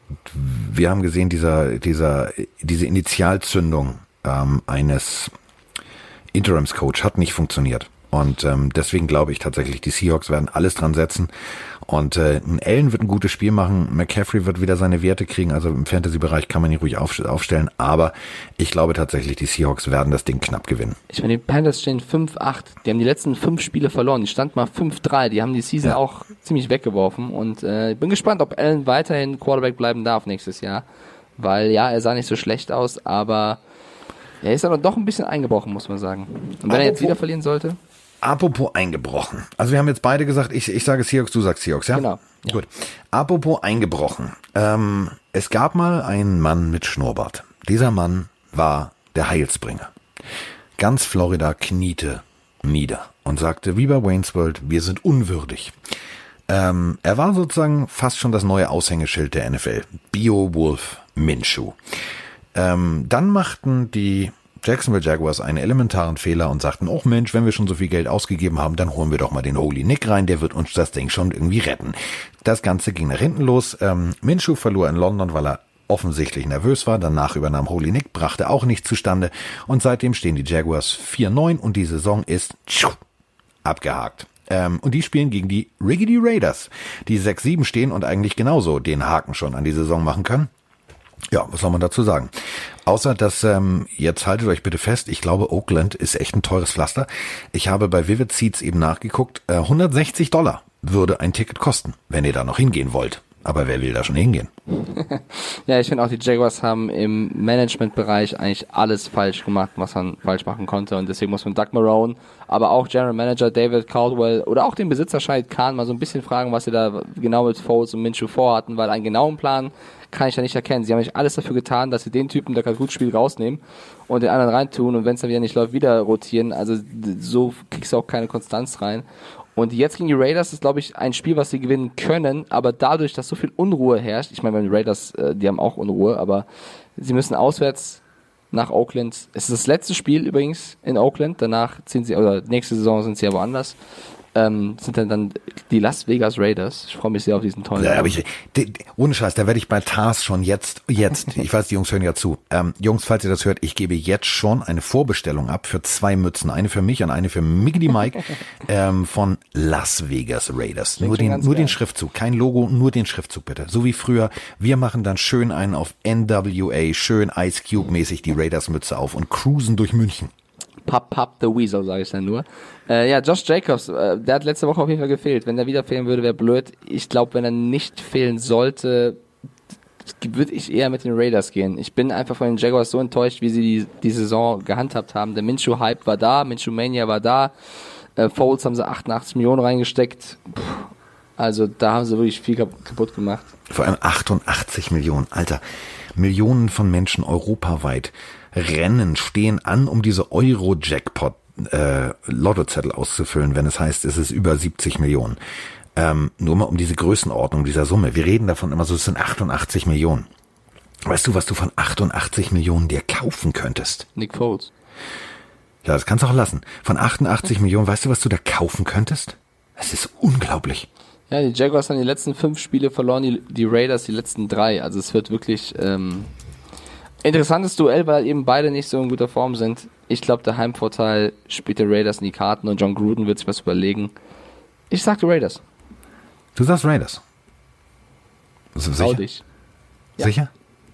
Wir haben gesehen, diese Initialzündung eines Interimscoach hat nicht funktioniert. Und deswegen glaube ich tatsächlich, die Seahawks werden alles dran setzen. Und Allen wird ein gutes Spiel machen. McCaffrey wird wieder seine Werte kriegen. Also im Fantasy-Bereich kann man ihn ruhig aufstellen. Aber ich glaube tatsächlich, die Seahawks werden das Ding knapp gewinnen. Ich meine, die Panthers stehen 5-8. Die haben die letzten 5 Spiele verloren. Die standen mal 5-3. Die haben die Season auch ziemlich weggeworfen. Und ich bin gespannt, ob Allen weiterhin Quarterback bleiben darf nächstes Jahr. Weil ja, er sah nicht so schlecht aus, aber er ist aber doch ein bisschen eingebrochen, muss man sagen. Und wenn er jetzt wieder verlieren sollte? Apropos eingebrochen. Also wir haben jetzt beide gesagt, ich sage Seahawks, du sagst Seahawks, ja? Genau. Ja. Gut. Apropos eingebrochen. Es gab mal einen Mann mit Schnurrbart. Dieser Mann war der Heilsbringer. Ganz Florida kniete nieder und sagte, wie bei Wayne's World, wir sind unwürdig. Er war sozusagen fast schon das neue Aushängeschild der NFL. Beowulf Minshew. Dann machten die Jacksonville Jaguars einen elementaren Fehler und sagten, oh Mensch, wenn wir schon so viel Geld ausgegeben haben, dann holen wir doch mal den Holy Nick rein, der wird uns das Ding schon irgendwie retten. Das Ganze ging nach hinten los. Minshew verlor in London, weil er offensichtlich nervös war. Danach übernahm Holy Nick, brachte auch nichts zustande. Und seitdem stehen die Jaguars 4-9 und die Saison ist abgehakt. Und die spielen gegen die Riggedy Raiders, die 6-7 stehen und eigentlich genauso den Haken schon an die Saison machen können. Ja, was soll man dazu sagen? Außer, dass, jetzt haltet euch bitte fest, ich glaube, Oakland ist echt ein teures Pflaster. Ich habe bei Vivid Seats eben nachgeguckt, $160 würde ein Ticket kosten, wenn ihr da noch hingehen wollt. Aber wer will da schon hingehen? Ja, ich finde auch, die Jaguars haben im Managementbereich eigentlich alles falsch gemacht, was man falsch machen konnte. Und deswegen muss man Doug Marrone, aber auch General Manager David Caldwell oder auch den Besitzer Shahid Khan mal so ein bisschen fragen, was sie da genau mit Foles und Minshew vorhatten, weil einen genauen Plan kann ich ja nicht erkennen. Sie haben nicht alles dafür getan, dass sie den Typen, der gerade gut spielt, rausnehmen und den anderen reintun und wenn es dann wieder nicht läuft, wieder rotieren. Also so kriegst du auch keine Konstanz rein. Und jetzt gegen die Raiders ist, glaube ich, ein Spiel, was sie gewinnen können, aber dadurch, dass so viel Unruhe herrscht, ich meine, bei den Raiders, die haben auch Unruhe, aber sie müssen auswärts nach Oakland. Es ist das letzte Spiel übrigens in Oakland, danach sind sie, oder nächste Saison sind sie ja woanders. Sind dann die Las Vegas Raiders. Ich freue mich sehr auf diesen tollen Ja, aber ohne Scheiß, da werde ich bei Tars schon jetzt, ich weiß, die Jungs hören ja zu. Jungs, falls ihr das hört, ich gebe jetzt schon eine Vorbestellung ab für 2 Mützen. Eine für mich und eine für Miggity Mike von Las Vegas Raiders. Nur den Schriftzug, kein Logo, nur den Schriftzug bitte. So wie früher. Wir machen dann schön einen auf NWA, schön Ice Cube mäßig die Raiders Mütze auf und cruisen durch München. Pop the Weasel, sage ich dann nur. Ja, Josh Jacobs, der hat letzte Woche auf jeden Fall gefehlt. Wenn der wieder fehlen würde, wäre blöd. Ich glaube, wenn er nicht fehlen sollte, würde ich eher mit den Raiders gehen. Ich bin einfach von den Jaguars so enttäuscht, wie sie die Saison gehandhabt haben. Der Minshew-Hype war da, Minshew-Mania war da. Foles haben sie 88 Millionen reingesteckt. Also da haben sie wirklich viel kaputt gemacht. Vor allem 88 Millionen, Alter. Millionen von Menschen europaweit rennen, stehen an, um diese Euro-Jackpot Lottozettel auszufüllen, wenn es heißt, es ist über 70 Millionen. Nur mal um diese Größenordnung dieser Summe. Wir reden davon immer so, es sind 88 Millionen. Weißt du, was du von 88 Millionen dir kaufen könntest? Nick Foles. Ja, das kannst du auch lassen. Von 88 Millionen, weißt du, was du da kaufen könntest? Das ist unglaublich. Ja, die Jaguars haben die letzten 5 Spiele verloren, die Raiders die letzten 3. Also es wird wirklich interessantes Duell, weil eben beide nicht so in guter Form sind. Ich glaube, der Heimvorteil spielt der Raiders in die Karten und John Gruden wird sich was überlegen. Ich sag die Raiders. Du sagst Raiders? Sicher? Dich. Ja. Sicher?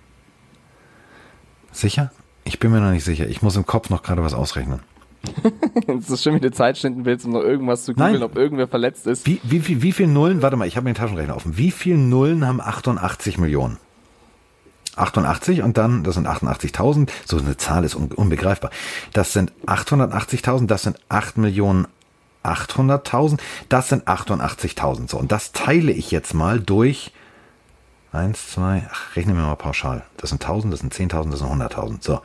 Sicher? Ich bin mir noch nicht sicher. Ich muss im Kopf noch gerade was ausrechnen. Es ist schön, wie du Zeit schinden willst, um noch irgendwas zu googeln, ob irgendwer verletzt ist. Wie viel Nullen, warte mal, ich habe den Taschenrechner offen. Wie viel Nullen haben 88 Millionen? 88 und dann, das sind 88.000, so eine Zahl ist unbegreifbar. Das sind 880.000, das sind 8.800.000, das sind 88.000. So, und das teile ich jetzt mal durch 1, 2, rechnen wir mal pauschal. Das sind 1.000, das sind 10.000, das sind 100.000. So.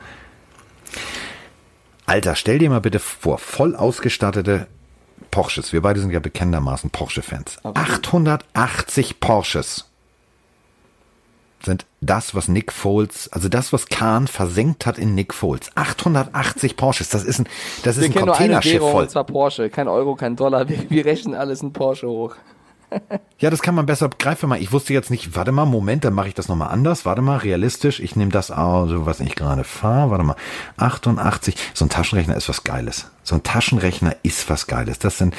Alter, stell dir mal bitte vor, voll ausgestattete Porsches. Wir beide sind ja bekennendermaßen Porsche-Fans. 880 Porsches sind das, was Nick Foles, also das, was Kahn versenkt hat in Nick Foles. 880 Porsches, das ist ein Containerschiff voll. Und zwar Porsche, kein Euro, kein Dollar, wir rechnen alles in Porsche hoch. Ja, das kann man besser begreifen. Mal, ich wusste jetzt nicht, warte mal, Moment, dann mache ich das nochmal anders. Warte mal, realistisch, ich nehme das also, was ich gerade fahre. Warte mal, 88. So ein Taschenrechner ist was Geiles. So ein Taschenrechner ist was Geiles. Das sind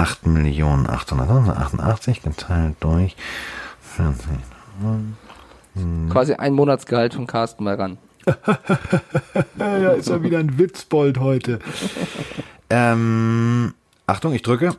8.800.088 geteilt durch 40. Quasi ein Monatsgehalt von Carsten mal ran. Ja, ist ja wieder ein Witzbold heute. Achtung, ich drücke.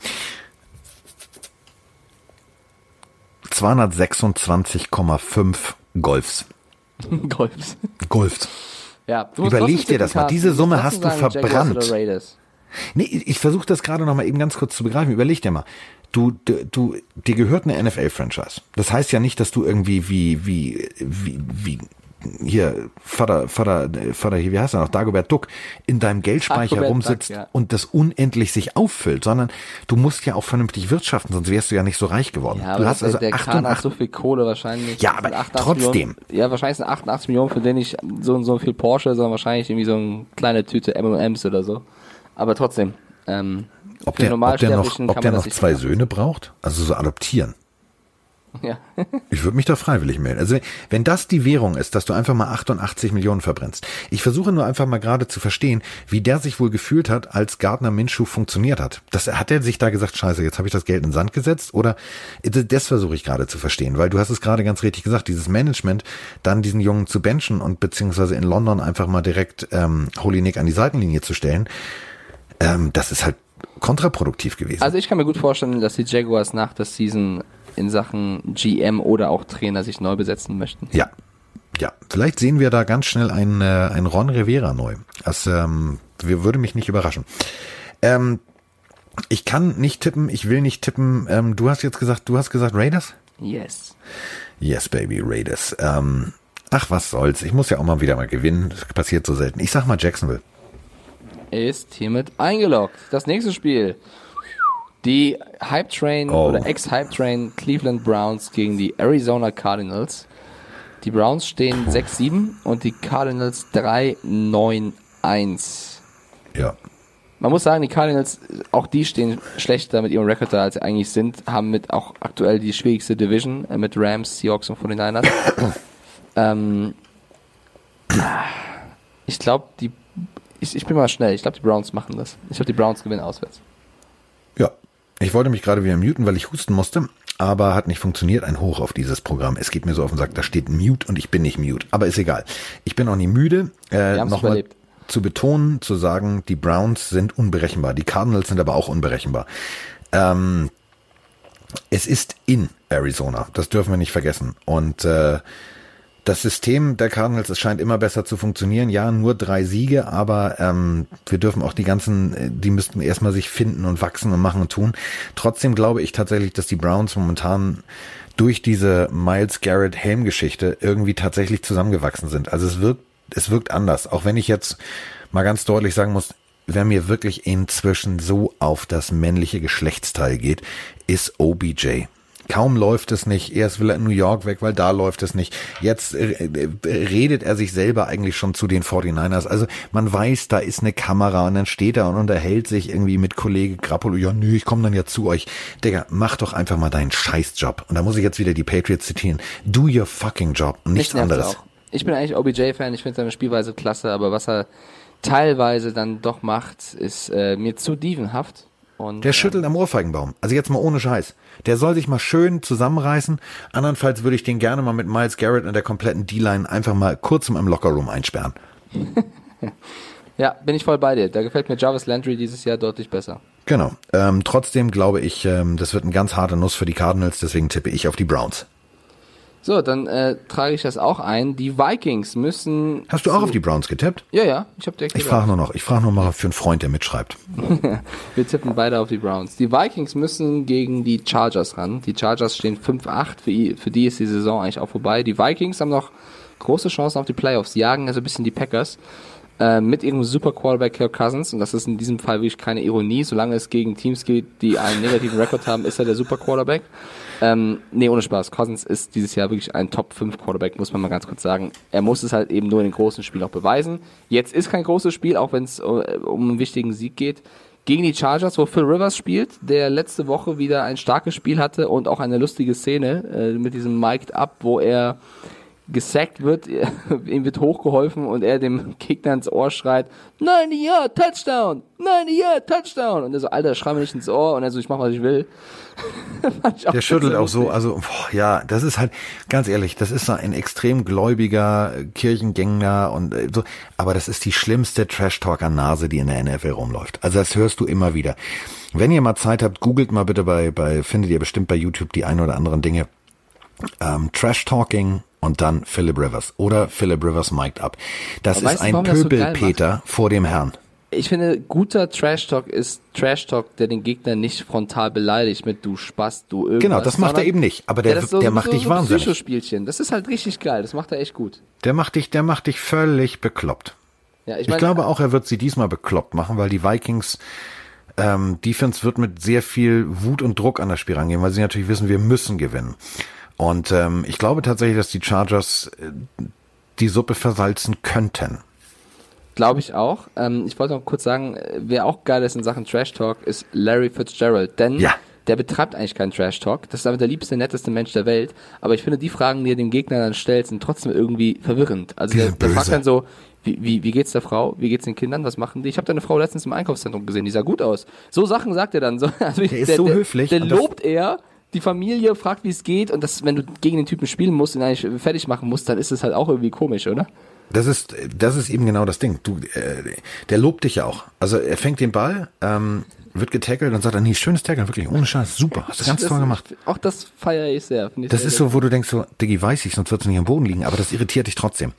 226,5 Golfs. Golfs. Ja, überleg dir das mal. Diese Summe hast du verbrannt. Nee, ich versuche das gerade noch mal eben ganz kurz zu begreifen. Überleg dir mal. Dir gehört eine NFL-Franchise. Das heißt ja nicht, dass du irgendwie wie hier, Vater, hier, wie heißt er noch, Dagobert Duck, in deinem Geldspeicher rumsitzt und das unendlich sich auffüllt, sondern du musst ja auch vernünftig wirtschaften, sonst wärst du ja nicht so reich geworden. Ja, du hast also der Kahn hat so viel Kohle wahrscheinlich. Ja, aber trotzdem. Millionen, ja, wahrscheinlich sind 88 Millionen, für den ich so viel Porsche, sondern wahrscheinlich irgendwie so eine kleine Tüte M&M's oder so. Aber trotzdem, ob der noch 2 Söhne braucht? Also so adoptieren. Ja. Ich würde mich da freiwillig melden. Also wenn das die Währung ist, dass du einfach mal 88 Millionen verbrennst. Ich versuche nur einfach mal gerade zu verstehen, wie der sich wohl gefühlt hat, als Gardner Minshew funktioniert hat. Hat er sich da gesagt, scheiße, jetzt habe ich das Geld in den Sand gesetzt? Oder das versuche ich gerade zu verstehen, weil du hast es gerade ganz richtig gesagt, dieses Management, dann diesen Jungen zu benchen und beziehungsweise in London einfach mal direkt Holy Nick an die Seitenlinie zu stellen, das ist halt kontraproduktiv gewesen. Also ich kann mir gut vorstellen, dass die Jaguars nach der Season in Sachen GM oder auch Trainer sich neu besetzen möchten. Ja, vielleicht sehen wir da ganz schnell ein Ron Rivera neu. Das würde mich nicht überraschen. Ich kann nicht tippen, ich will nicht tippen. Du hast gesagt Raiders? Yes. Yes, baby, Raiders. Ach, was soll's. Ich muss ja auch mal wieder mal gewinnen. Das passiert so selten. Ich sag mal Jacksonville. Ist hiermit eingeloggt. Das nächste Spiel. Die Hype Train oder Ex-Hype Train Cleveland Browns gegen die Arizona Cardinals. Die Browns stehen 6-7 und die Cardinals 3-9-1. Ja. Man muss sagen, die Cardinals, auch die stehen schlechter mit ihrem Rekord da, als sie eigentlich sind, haben mit auch aktuell die schwierigste Division mit Rams, Seahawks und 49ers. Ich glaube, ich bin mal schnell, ich glaube, die Browns machen das. Ich glaube, die Browns gewinnen auswärts. Ja. Ich wollte mich gerade wieder muten, weil ich husten musste, aber hat nicht funktioniert. Ein Hoch auf dieses Programm. Es geht mir so auf den Sack, da steht Mute und ich bin nicht Mute. Aber ist egal. Ich bin auch nie müde. Nochmal zu betonen, zu sagen, die Browns sind unberechenbar. Die Cardinals sind aber auch unberechenbar. Es ist in Arizona. Das dürfen wir nicht vergessen. Und das System der Cardinals, es scheint immer besser zu funktionieren. Ja, nur 3 Siege, aber wir dürfen auch die müssten erstmal sich finden und wachsen und machen und tun. Trotzdem glaube ich tatsächlich, dass die Browns momentan durch diese Myles Garrett Helm-Geschichte irgendwie tatsächlich zusammengewachsen sind. Also es wirkt anders. Auch wenn ich jetzt mal ganz deutlich sagen muss, wer mir wirklich inzwischen so auf das männliche Geschlechtsteil geht, ist OBJ. Kaum läuft es nicht. Erst will er in New York weg, weil da läuft es nicht. Jetzt redet er sich selber eigentlich schon zu den 49ers. Also man weiß, da ist eine Kamera und dann steht er und unterhält sich irgendwie mit Kollege Grappolo. Ja, nö, ich komme dann ja zu euch. Digga, mach doch einfach mal deinen Scheißjob. Und da muss ich jetzt wieder die Patriots zitieren. Do your fucking job und nichts anderes. Ich bin eigentlich OBJ-Fan. Ich finde seine Spielweise klasse, aber was er teilweise dann doch macht, ist mir zu dievenhaft. Und, der schüttelt am Ohrfeigenbaum. Also jetzt mal ohne Scheiß. Der soll sich mal schön zusammenreißen. Andernfalls würde ich den gerne mal mit Myles Garrett und der kompletten D-Line einfach mal kurz im Lockerroom einsperren. Ja, bin ich voll bei dir. Da gefällt mir Jarvis Landry dieses Jahr deutlich besser. Genau. Trotzdem glaube ich, das wird ein ganz harter Nuss für die Cardinals. Deswegen tippe ich auf die Browns. So, dann trage ich das auch ein. Die Vikings müssen... Hast du auch auf die Browns getippt? Ja. Ich habe direkt Ich frage nur mal für einen Freund, der mitschreibt. Wir tippen beide auf die Browns. Die Vikings müssen gegen die Chargers ran. Die Chargers stehen 5-8. Für die ist die Saison eigentlich auch vorbei. Die Vikings haben noch große Chancen auf die Playoffs. Jagen also ein bisschen die Packers. Mit ihrem super Quarterback Kirk Cousins. Und das ist in diesem Fall wirklich keine Ironie. Solange es gegen Teams geht, die einen negativen Rekord haben, ist er der super Quarterback. Nee, ohne Spaß. Cousins ist dieses Jahr wirklich ein Top-5 Quarterback, muss man mal ganz kurz sagen. Er muss es halt eben nur in den großen Spielen auch beweisen. Jetzt ist kein großes Spiel, auch wenn es um einen wichtigen Sieg geht. Gegen die Chargers, wo Phil Rivers spielt, der letzte Woche wieder ein starkes Spiel hatte und auch eine lustige Szene mit diesem Mic'd Up, wo er gesackt wird, ihm wird hochgeholfen und er dem Gegner ins Ohr schreit, 90 Yard, Touchdown, 90 Yard, Touchdown. Und er so, Alter, schrei mir nicht ins Ohr. Und er so, ich mach, was ich will. Der schüttelt auch so, also, ja, das ist halt, ganz ehrlich, das ist so ein extrem gläubiger Kirchengänger und so, aber das ist die schlimmste Trash-Talker-Nase, die in der NFL rumläuft. Also das hörst du immer wieder. Wenn ihr mal Zeit habt, googelt mal bitte findet ihr bestimmt bei YouTube die ein oder anderen Dinge. Trash-Talking und dann Philip Rivers oder Philip Rivers mic'd up. Das ist ein Pöbelpeter vor dem Herrn. Ich finde, guter Trash-Talk ist Trash-Talk, der den Gegner nicht frontal beleidigt mit du Spaß, du irgendwas. Genau, das macht er eben nicht, aber der macht dich wahnsinnig. Psychospielchen, das ist halt richtig geil, das macht er echt gut. Der macht dich völlig bekloppt. Ja, ich glaube auch, er wird sie diesmal bekloppt machen, weil die Vikings Defense wird mit sehr viel Wut und Druck an das Spiel rangehen, weil sie natürlich wissen, wir müssen gewinnen. Und ich glaube tatsächlich, dass die Chargers die Suppe versalzen könnten. Glaube ich auch. Ich wollte noch kurz sagen, wer auch geil ist in Sachen Trash Talk, ist Larry Fitzgerald. Denn der betreibt eigentlich keinen Trash Talk. Das ist aber der liebste, netteste Mensch der Welt. Aber ich finde, die Fragen, die er dem Gegner dann stellt, sind trotzdem irgendwie verwirrend. Also der fragt dann so, wie geht's der Frau? Wie geht's den Kindern? Was machen die? Ich habe deine Frau letztens im Einkaufszentrum gesehen, die sah gut aus. So Sachen sagt er dann. So, also der ist so höflich. Der lobt er. Die Familie fragt, wie es geht, und das, wenn du gegen den Typen spielen musst, ihn eigentlich fertig machen musst, dann ist es halt auch irgendwie komisch, oder? Das ist eben genau das Ding. Der lobt dich ja auch. Also er fängt den Ball, wird getackelt und sagt dann, nee, schönes Tackle, wirklich, ohne Scheiß, super, hast du ganz toll gemacht. Auch das feiere ich sehr. Das ist so, wo du denkst so, Diggi, weiß ich, sonst wird's nicht am Boden liegen, aber das irritiert dich trotzdem.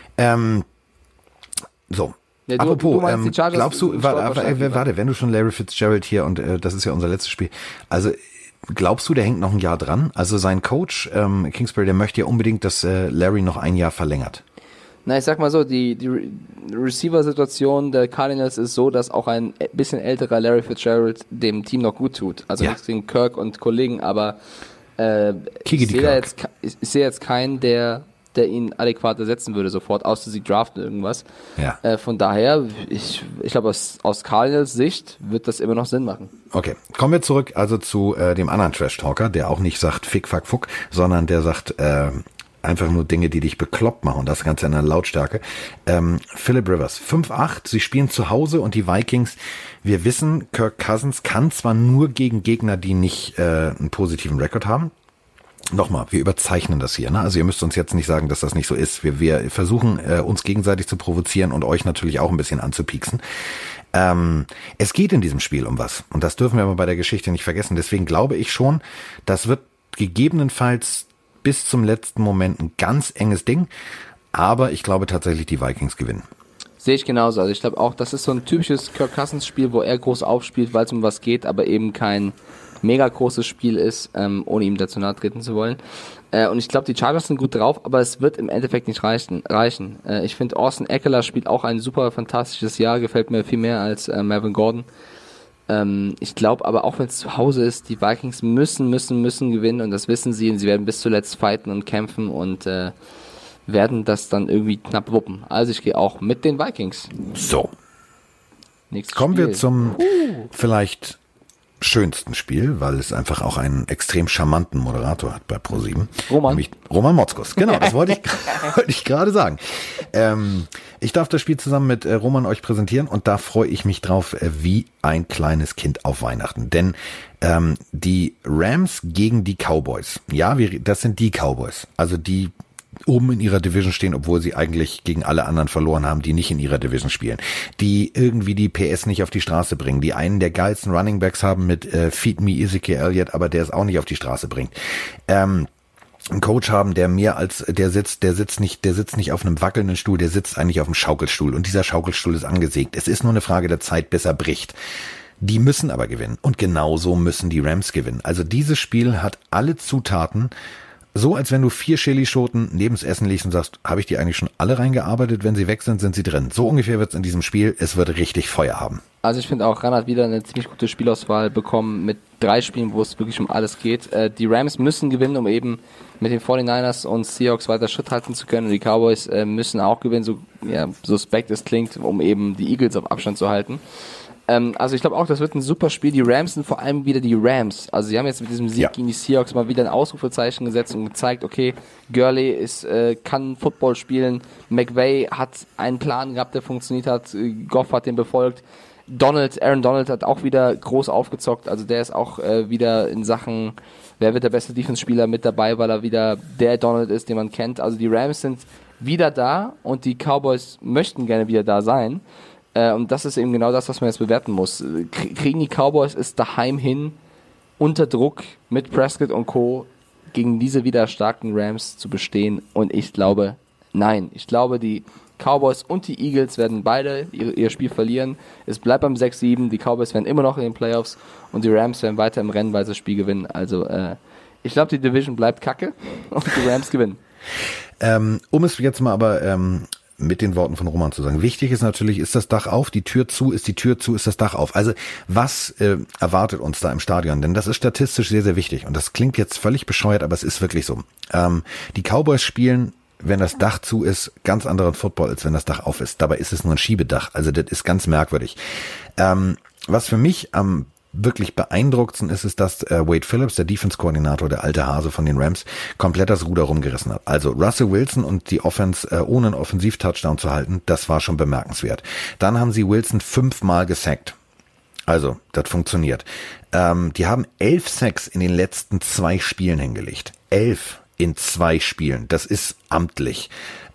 So. Ja, apropos, glaubst du, warte, wenn du schon Larry Fitzgerald hier, und das ist ja unser letztes Spiel, also glaubst du, der hängt noch ein Jahr dran? Also sein Coach, Kingsbury, der möchte ja unbedingt, dass Larry noch ein Jahr verlängert. Na, ich sag mal so, die Receiver-Situation der Cardinals ist so, dass auch ein bisschen älterer Larry Fitzgerald dem Team noch gut tut. Also nichts gegen Kirk und Kollegen, aber ich sehe jetzt keinen, der ihn adäquat ersetzen würde sofort, außer sie draften irgendwas. Ja. Von daher, ich glaube, aus Cardinals Sicht wird das immer noch Sinn machen. Okay, kommen wir zurück also zu dem anderen Trash-Talker, der auch nicht sagt Fick, Fuck, Fuck, sondern der sagt einfach nur Dinge, die dich bekloppt machen, und das Ganze in einer Lautstärke. Philip Rivers, 5-8, sie spielen zu Hause und die Vikings, wir wissen, Kirk Cousins kann zwar nur gegen Gegner, die nicht einen positiven Rekord haben. Nochmal, wir überzeichnen das hier, ne? Also ihr müsst uns jetzt nicht sagen, dass das nicht so ist. Wir versuchen, uns gegenseitig zu provozieren und euch natürlich auch ein bisschen anzupieksen. Es geht in diesem Spiel um was, und das dürfen wir aber bei der Geschichte nicht vergessen. Deswegen glaube ich schon, das wird gegebenenfalls bis zum letzten Moment ein ganz enges Ding, aber ich glaube tatsächlich, die Vikings gewinnen. Sehe ich genauso. Also ich glaube auch, das ist so ein typisches Kirk Cousins Spiel, wo er groß aufspielt, weil es um was geht, aber eben kein mega großes Spiel ist, ohne ihm dazu nahe treten zu wollen. Und ich glaube, die Chargers sind gut drauf, aber es wird im Endeffekt nicht reichen. Ich finde, Austin Ekeler spielt auch ein super fantastisches Jahr, gefällt mir viel mehr als Melvin Gordon. Ich glaube aber, auch wenn es zu Hause ist, die Vikings müssen gewinnen, und das wissen sie, und sie werden bis zuletzt fighten und kämpfen und werden das dann irgendwie knapp wuppen. Also ich gehe auch mit den Vikings. So. Nächstes Kommen Spiel. wir zum vielleicht schönsten Spiel, weil es einfach auch einen extrem charmanten Moderator hat bei ProSieben. Nämlich Roman Motzkus. Genau, das wollte ich gerade sagen. Ich darf das Spiel zusammen mit Roman euch präsentieren, und da freue ich mich drauf wie ein kleines Kind auf Weihnachten. Denn die Rams gegen die Cowboys. Ja, das sind die Cowboys. Also die oben in ihrer Division stehen, obwohl sie eigentlich gegen alle anderen verloren haben, die nicht in ihrer Division spielen. Die irgendwie die PS nicht auf die Straße bringen. Die einen der geilsten Runningbacks haben mit Feed Me Ezekiel Elliott, aber der es auch nicht auf die Straße bringt. Einen Coach haben, der mehr als, der sitzt nicht auf einem wackelnden Stuhl, der sitzt eigentlich auf einem Schaukelstuhl, und dieser Schaukelstuhl ist angesägt. Es ist nur eine Frage der Zeit, bis er bricht. Die müssen aber gewinnen, und genauso müssen die Rams gewinnen. Also dieses Spiel hat alle Zutaten, so als wenn du 4 Chilischoten nebens Essen legst und sagst, habe ich die eigentlich schon alle reingearbeitet? Wenn sie weg sind, sind sie drin. So ungefähr wird es in diesem Spiel. Es wird richtig Feuer haben. Also ich finde auch, Ran hat wieder eine ziemlich gute Spielauswahl bekommen mit 3 Spielen, wo es wirklich um alles geht. Die Rams müssen gewinnen, um eben mit den 49ers und Seahawks weiter Schritt halten zu können. Und die Cowboys müssen auch gewinnen, so suspekt es klingt, um eben die Eagles auf Abstand zu halten. Also ich glaube auch, das wird ein super Spiel. Die Rams sind vor allem wieder die Rams. Also sie haben jetzt mit diesem Sieg gegen die Seahawks mal wieder ein Ausrufezeichen gesetzt und gezeigt, okay, Gurley kann Football spielen, McVay hat einen Plan gehabt, der funktioniert hat, Goff hat den befolgt, Aaron Donald hat auch wieder groß aufgezockt, also der ist auch wieder in Sachen, wer wird der beste Defense-Spieler mit dabei, weil er wieder der Donald ist, den man kennt. Also die Rams sind wieder da, und die Cowboys möchten gerne wieder da sein. Und das ist eben genau das, was man jetzt bewerten muss. Kriegen die Cowboys es daheim hin, unter Druck mit Prescott und Co. gegen diese wieder starken Rams zu bestehen? Und ich glaube, nein. Ich glaube, die Cowboys und die Eagles werden beide ihr Spiel verlieren. Es bleibt beim 6-7. Die Cowboys werden immer noch in den Playoffs, und die Rams werden weiter im Rennen, weil sie das Spiel gewinnen. Also ich glaube, die Division bleibt kacke und die Rams gewinnen. Um es jetzt mal aber mit den Worten von Roman zu sagen. Wichtig ist natürlich, ist das Dach auf, die Tür zu, ist das Dach auf. Also was erwartet uns da im Stadion? Denn das ist statistisch sehr, sehr wichtig. Und das klingt jetzt völlig bescheuert, aber es ist wirklich so. Die Cowboys spielen, wenn das Dach zu ist, ganz anderen Football, als wenn das Dach auf ist. Dabei ist es nur ein Schiebedach. Also das ist ganz merkwürdig. Was für mich am wirklich beeindruckendsten ist, dass Wade Phillips, der Defense-Koordinator, der alte Hase von den Rams, komplett das Ruder rumgerissen hat. Also Russell Wilson und die Offense ohne einen Offensiv-Touchdown zu halten, das war schon bemerkenswert. Dann haben sie Wilson 5-mal gesackt. Also, das funktioniert. Die haben 11 Sacks in den letzten 2 Spielen hingelegt. 11 in 2 Spielen. Das ist amtlich.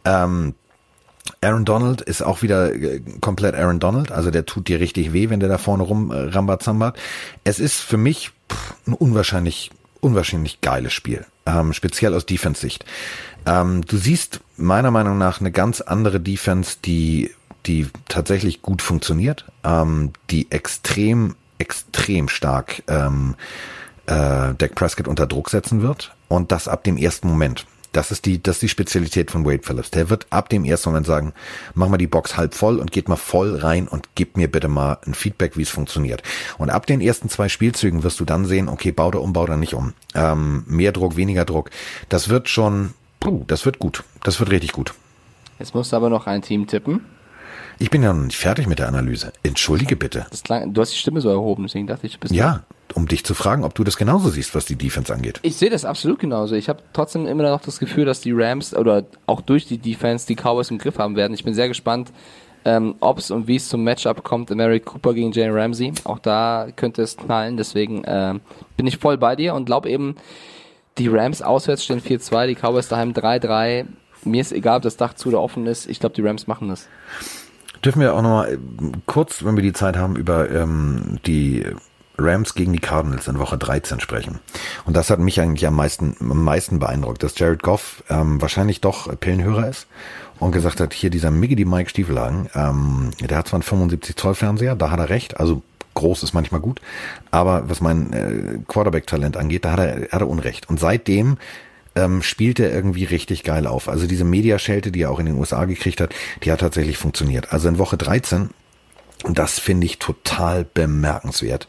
Aaron Donald ist auch wieder komplett Aaron Donald, also der tut dir richtig weh, wenn der da vorne rumrambazambert. Es ist für mich ein unwahrscheinlich geiles Spiel, speziell aus Defense-Sicht. Du siehst meiner Meinung nach eine ganz andere Defense, die tatsächlich gut funktioniert, die extrem stark Dak Prescott unter Druck setzen wird und das ab dem ersten Moment. Das ist die Spezialität von Wade Phillips. Der wird ab dem ersten Moment sagen, mach mal die Box halb voll und geht mal voll rein und gib mir bitte mal ein Feedback, wie es funktioniert. Und ab den ersten 2 Spielzügen wirst du dann sehen, okay, bau da nicht um. Mehr Druck, weniger Druck. Das wird schon, das wird gut. Das wird richtig gut. Jetzt musst du aber noch ein Team tippen. Ich bin ja noch nicht fertig mit der Analyse. Entschuldige bitte. Du hast die Stimme so erhoben, deswegen dachte ich, du bist... Ja, um dich zu fragen, ob du das genauso siehst, was die Defense angeht. Ich sehe das absolut genauso. Ich habe trotzdem immer noch das Gefühl, dass die Rams oder auch durch die Defense die Cowboys im Griff haben werden. Ich bin sehr gespannt, ob es und wie es zum Matchup kommt. Mary Cooper gegen Jalen Ramsey. Auch da könnte es knallen. Deswegen bin ich voll bei dir und glaube eben, die Rams auswärts stehen 4-2, die Cowboys daheim 3-3. Mir ist egal, ob das Dach zu oder offen ist. Ich glaube, die Rams machen das. Dürfen wir auch nochmal kurz, wenn wir die Zeit haben, über die Rams gegen die Cardinals in Woche 13 sprechen. Und das hat mich eigentlich am meisten beeindruckt, dass Jared Goff wahrscheinlich doch Pillenhörer ist und gesagt hat, hier dieser Miggity Mike Stiefelhagen, der hat zwar einen 75 Zoll Fernseher, da hat er recht, also groß ist manchmal gut, aber was mein Quarterback-Talent angeht, da hat er Unrecht. Und seitdem spielt er irgendwie richtig geil auf. Also diese Mediaschelte, die er auch in den USA gekriegt hat, die hat tatsächlich funktioniert. Also in Woche 13, und das finde ich total bemerkenswert,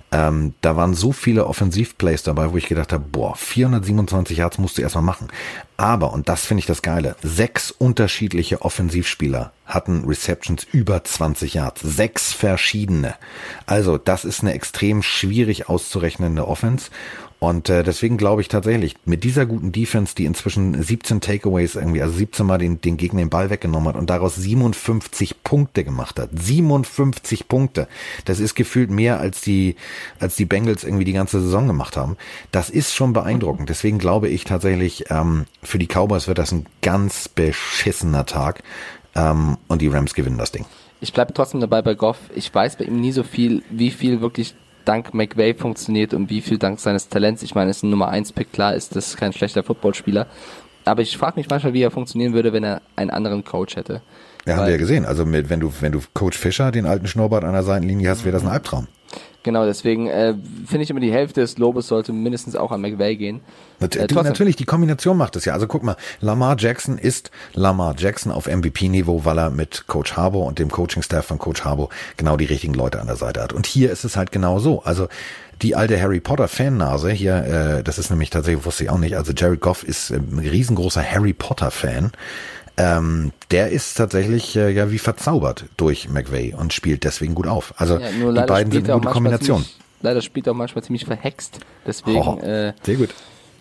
da waren so viele Offensivplays dabei, wo ich gedacht habe, 427 Yards musst du erstmal machen. Aber, und das finde ich das Geile, 6 unterschiedliche Offensivspieler hatten Receptions über 20 Yards. 6 verschiedene. Also das ist eine extrem schwierig auszurechnende Offense. Und deswegen glaube ich tatsächlich, mit dieser guten Defense, die inzwischen 17 Takeaways irgendwie, also 17 Mal den Gegner den Ball weggenommen hat und daraus 57 Punkte gemacht hat. 57 Punkte. Das ist gefühlt mehr als die Bengals irgendwie die ganze Saison gemacht haben. Das ist schon beeindruckend. Deswegen glaube ich tatsächlich, für die Cowboys wird das ein ganz beschissener Tag. Und die Rams gewinnen das Ding. Ich bleibe trotzdem dabei bei Goff. Ich weiß bei ihm nie so viel, wie viel wirklich dank McVay funktioniert und wie viel dank seines Talents. Ich meine, es ist ein Nummer 1 Pick, klar ist das kein schlechter Footballspieler. Aber ich frage mich manchmal, wie er funktionieren würde, wenn er einen anderen Coach hätte. Ja, haben wir ja gesehen. Also wenn du Coach Fischer, den alten Schnurrbart an der Seitenlinie hast, wäre das ein Albtraum. Genau, deswegen finde ich immer, die Hälfte des Lobes sollte mindestens auch an McVay gehen. Natürlich, die Kombination macht es ja. Also guck mal, Lamar Jackson ist Lamar Jackson auf MVP-Niveau, weil er mit Coach Harbaugh und dem Coaching-Staff von Coach Harbaugh genau die richtigen Leute an der Seite hat. Und hier ist es halt genau so. Also die alte Harry Potter-Fannase hier, das ist nämlich tatsächlich, wusste ich auch nicht, also Jared Goff ist ein riesengroßer Harry Potter-Fan. Der ist tatsächlich wie verzaubert durch McVay und spielt deswegen gut auf. Also ja, die beiden sind eine gute Kombination. Leider spielt er auch manchmal ziemlich verhext. Deswegen sehr gut.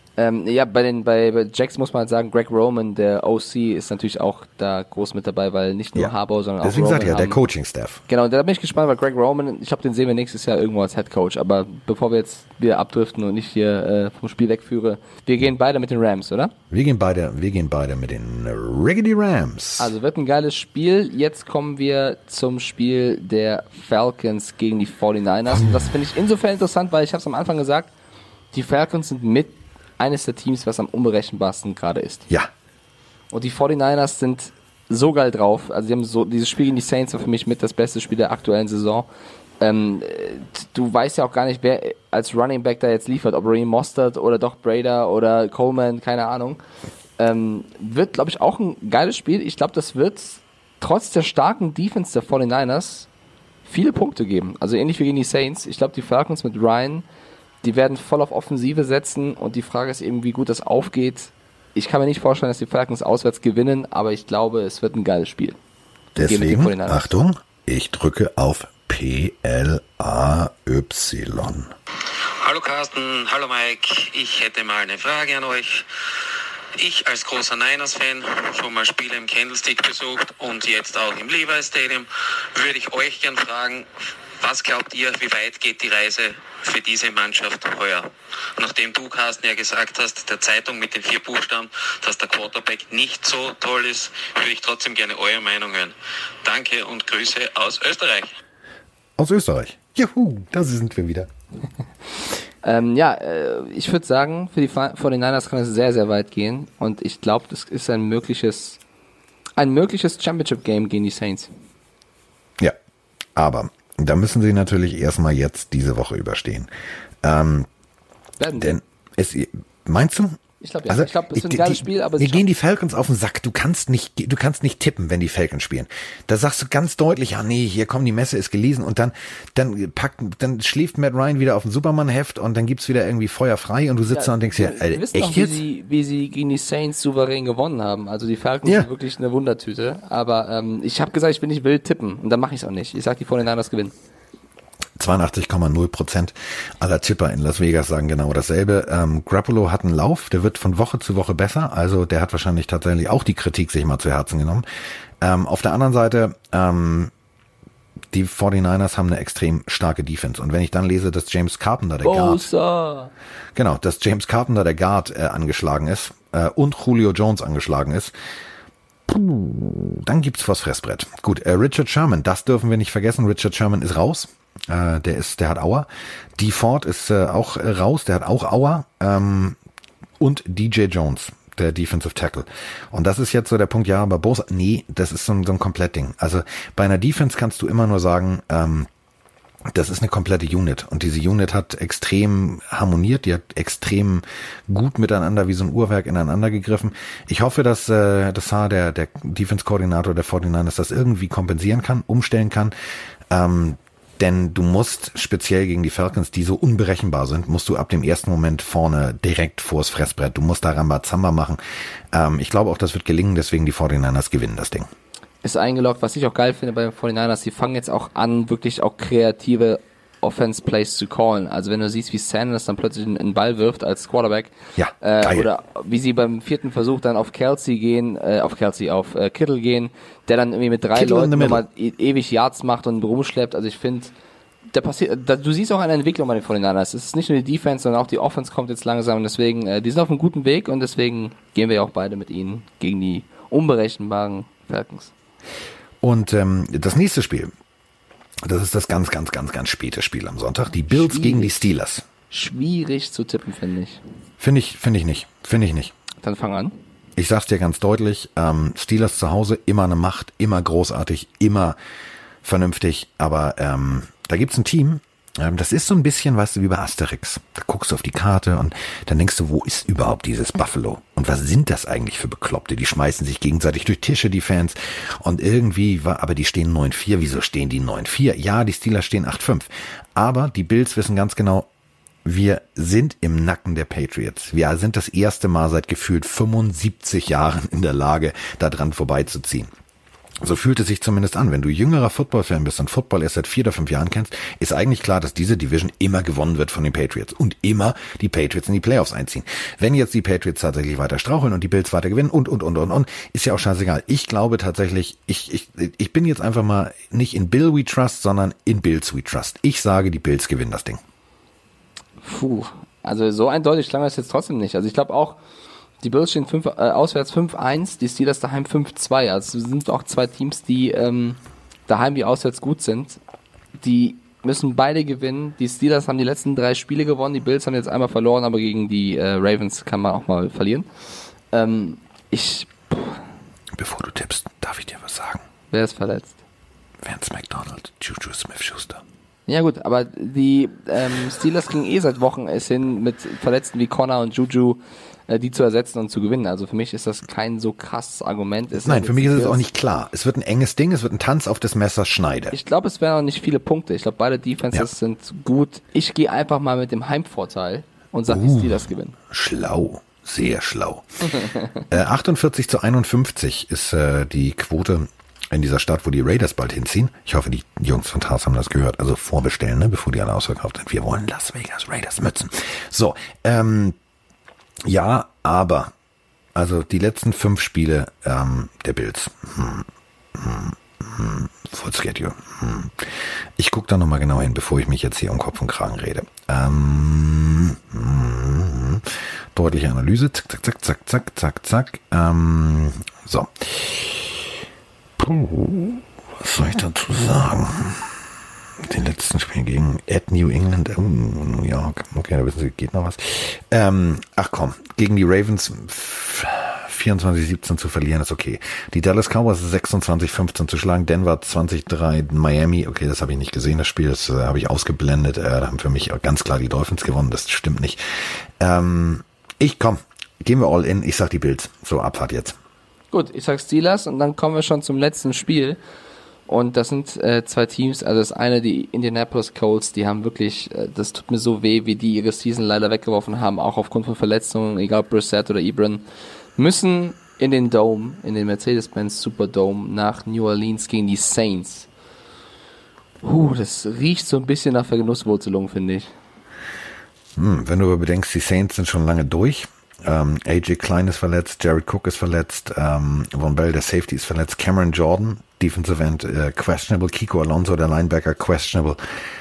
Bei Jacks muss man halt sagen, Greg Roman, der OC, ist natürlich auch da groß mit dabei, weil nicht nur Harbaugh, sondern deswegen auch Roman. Deswegen sagt der Coaching-Staff. Genau, da bin ich gespannt, weil Greg Roman, ich glaube, den sehen wir nächstes Jahr irgendwo als Head Coach. Aber bevor wir jetzt wieder abdriften und ich hier vom Spiel wegführe, wir gehen beide mit den Rams, oder? Wir gehen beide mit den Raggedy Rams. Also wird ein geiles Spiel. Jetzt kommen wir zum Spiel der Falcons gegen die 49ers. Und das finde ich insofern interessant, weil ich habe es am Anfang gesagt, die Falcons sind mit eines der Teams, was am unberechenbarsten gerade ist. Ja. Und die 49ers sind so geil drauf. Also die haben so, dieses Spiel gegen die Saints war für mich mit das beste Spiel der aktuellen Saison. Du weißt ja auch gar nicht, wer als Running Back da jetzt liefert, ob Raheem Mostert oder doch Brader oder Coleman, keine Ahnung. Wird, glaube ich, auch ein geiles Spiel. Ich glaube, das wird trotz der starken Defense der 49ers viele Punkte geben. Also ähnlich wie gegen die Saints. Ich glaube, die Falcons mit Ryan, die werden voll auf Offensive setzen und die Frage ist eben, wie gut das aufgeht. Ich kann mir nicht vorstellen, dass die Falcons auswärts gewinnen, aber ich glaube, es wird ein geiles Spiel. Deswegen, Achtung, ich drücke auf PLAY. Hallo Carsten, hallo Mike, ich hätte mal eine Frage an euch. Ich als großer Niners-Fan, schon mal Spiele im Candlestick besucht und jetzt auch im Levi Stadium, würde ich euch gern fragen, was glaubt ihr, wie weit geht die Reise für diese Mannschaft heuer? Nachdem du, Carsten, ja gesagt hast, der Zeitung mit den 4 Buchstaben, dass der Quarterback nicht so toll ist, würde ich trotzdem gerne eure Meinung hören. Danke und Grüße aus Österreich. Aus Österreich. Juhu, da sind wir wieder. Ich würde sagen, für die 49ers kann es sehr, sehr weit gehen und ich glaube, das ist ein mögliches Championship-Game gegen die Saints. Ja, aber da müssen sie natürlich erstmal jetzt diese Woche überstehen. Werden Denn meinst du? Ich glaube, ja. Also, ich glaube, das ist ein geiles Spiel, aber mir gehen die Falcons auf den Sack. Du kannst nicht tippen, wenn die Falcons spielen. Da sagst du ganz deutlich, nee, hier komm, die Messe ist gelesen und dann schläft Matt Ryan wieder auf dem Superman-Heft und dann gibt's wieder irgendwie Feuer frei und du sitzt da und denkst dir, wir wissen echt doch, jetzt? wie sie gegen die Saints souverän gewonnen haben. Also die Falcons sind wirklich eine Wundertüte. Aber ich habe gesagt, ich will nicht wild tippen und dann mache ich es auch nicht. Ich sag, die 49ers gewinnen. 82,0% aller Tipper in Las Vegas sagen genau dasselbe. Garoppolo hat einen Lauf, der wird von Woche zu Woche besser, also der hat wahrscheinlich tatsächlich auch die Kritik sich mal zu Herzen genommen. Auf der anderen Seite, die 49ers haben eine extrem starke Defense und wenn ich dann lese, dass James Carpenter, der Guard angeschlagen ist und Julio Jones angeschlagen ist, dann gibt's vors Fressbrett. Gut, Richard Sherman, das dürfen wir nicht vergessen, Richard Sherman ist raus. Der hat Aua. Dee Ford ist auch raus, der hat auch Aua. Und DJ Jones, der Defensive Tackle. Und das ist jetzt so der Punkt, ja, aber Bosa, nee, das ist so ein Komplettding. Also bei einer Defense kannst du immer nur sagen, das ist eine komplette Unit. Und diese Unit hat extrem harmoniert, die hat extrem gut miteinander wie so ein Uhrwerk ineinander gegriffen. Ich hoffe, dass der Defense-Koordinator der 49ers das irgendwie kompensieren kann, umstellen kann. Denn du musst speziell gegen die Falcons, die so unberechenbar sind, musst du ab dem ersten Moment vorne direkt vors Fressbrett. Du musst da Rambazamba machen. Ich glaube auch, das wird gelingen, deswegen die 49ers gewinnen das Ding. Ist eingeloggt, was ich auch geil finde bei den 49ers, die fangen jetzt auch an, wirklich auch kreative Offense-Plays zu callen. Also wenn du siehst, wie Sanders dann plötzlich einen Ball wirft als Quarterback. Ja, geil. Oder wie sie beim 4. Versuch dann auf Kittle gehen, der dann irgendwie mit 3 Kittle Leuten nochmal ewig Yards macht und rumschleppt. Also ich finde, du siehst auch eine Entwicklung bei den 49ers. Es ist nicht nur die Defense, sondern auch die Offense kommt jetzt langsam. Und deswegen, die sind auf einem guten Weg und deswegen gehen wir ja auch beide mit ihnen gegen die unberechenbaren Falcons. Und das nächste Spiel, das ist das ganz, ganz, ganz, ganz späte Spiel am Sonntag. Die Bills gegen die Steelers. Schwierig zu tippen, finde ich. Finde ich nicht. Dann fang an. Ich sag's dir ganz deutlich, Steelers zu Hause, immer eine Macht, immer großartig, immer vernünftig, aber da gibt's ein Team, das ist so ein bisschen, weißt du, wie bei Asterix. Da guckst du auf die Karte und dann denkst du, wo ist überhaupt dieses Buffalo? Und was sind das eigentlich für Bekloppte? Die schmeißen sich gegenseitig durch Tische, die Fans. Und irgendwie aber die stehen 9-4. Wieso stehen die 9-4? Ja, die Steelers stehen 8-5. Aber die Bills wissen ganz genau, wir sind im Nacken der Patriots. Wir sind das erste Mal seit gefühlt 75 Jahren in der Lage, da dran vorbeizuziehen. So fühlt es sich zumindest an. Wenn du jüngerer Football-Fan bist und Football erst seit 4 oder 5 Jahren kennst, ist eigentlich klar, dass diese Division immer gewonnen wird von den Patriots und immer die Patriots in die Playoffs einziehen. Wenn jetzt die Patriots tatsächlich weiter straucheln und die Bills weiter gewinnen und, ist ja auch scheißegal. Ich glaube tatsächlich, ich bin jetzt einfach mal nicht in Bill we trust, sondern in Bills we trust. Ich sage, die Bills gewinnen das Ding. Also so eindeutig klang das jetzt trotzdem nicht. Also ich glaube auch, die Bills stehen auswärts 5-1, die Steelers daheim 5-2. Also es sind auch zwei Teams, die daheim wie auswärts gut sind. Die müssen beide gewinnen. Die Steelers haben die letzten 3 Spiele gewonnen, die Bills haben jetzt einmal verloren, aber gegen die Ravens kann man auch mal verlieren. Bevor du tippst, darf ich dir was sagen? Wer ist verletzt? Vance McDonald, Juju Smith-Schuster. Ja gut, aber die Steelers gingen seit Wochen es hin, mit Verletzten wie Connor und Juju die zu ersetzen und zu gewinnen. Also für mich ist das kein so krasses Argument. Nein, für mich ist es auch nicht klar. Es wird ein enges Ding, es wird ein Tanz auf des Messers Schneide. Ich glaube, es werden auch nicht viele Punkte. Ich glaube, beide Defenses sind gut. Ich gehe einfach mal mit dem Heimvorteil und sage, die Steelers gewinnen. Schlau. Sehr schlau. 48-51 ist die Quote in dieser Stadt, wo die Raiders bald hinziehen. Ich hoffe, die Jungs von Tars haben das gehört. Also vorbestellen, ne, bevor die alle ausverkauft sind. Wir wollen Las Vegas Raiders Mützen. So, ja, aber also die letzten 5 Spiele der Bills. Full Schedule. Ich gucke da nochmal genau hin, bevor ich mich jetzt hier um Kopf und Kragen rede. Deutliche Analyse. Zack. So. Was soll ich dazu sagen? Den letzten Spiel gegen New England, New York. Okay, da wissen Sie, geht noch was. Gegen die Ravens 24-17 zu verlieren, ist okay. Die Dallas Cowboys 26-15 zu schlagen, Denver 20-3, Miami, okay, das habe ich nicht gesehen, das Spiel, das habe ich ausgeblendet, da haben für mich ganz klar die Dolphins gewonnen, das stimmt nicht. Gehen wir all in, ich sag die Bills, so Abfahrt jetzt. Gut, ich sag Steelers und dann kommen wir schon zum letzten Spiel. Und das sind zwei Teams, also das eine, die Indianapolis Colts, die haben wirklich, das tut mir so weh, wie die ihre Season leider weggeworfen haben, auch aufgrund von Verletzungen, egal ob Brissett oder Ebron, müssen in den Dome, in den Mercedes-Benz Superdome nach New Orleans gegen die Saints. Das riecht so ein bisschen nach Vergenusswurzelung, finde ich. Wenn du aber bedenkst, die Saints sind schon lange durch. AJ Klein ist verletzt, Jared Cook ist verletzt, Von Bell, der Safety, ist verletzt, Cameron Jordan, Defensive End, questionable, Kiko Alonso, der Linebacker, questionable.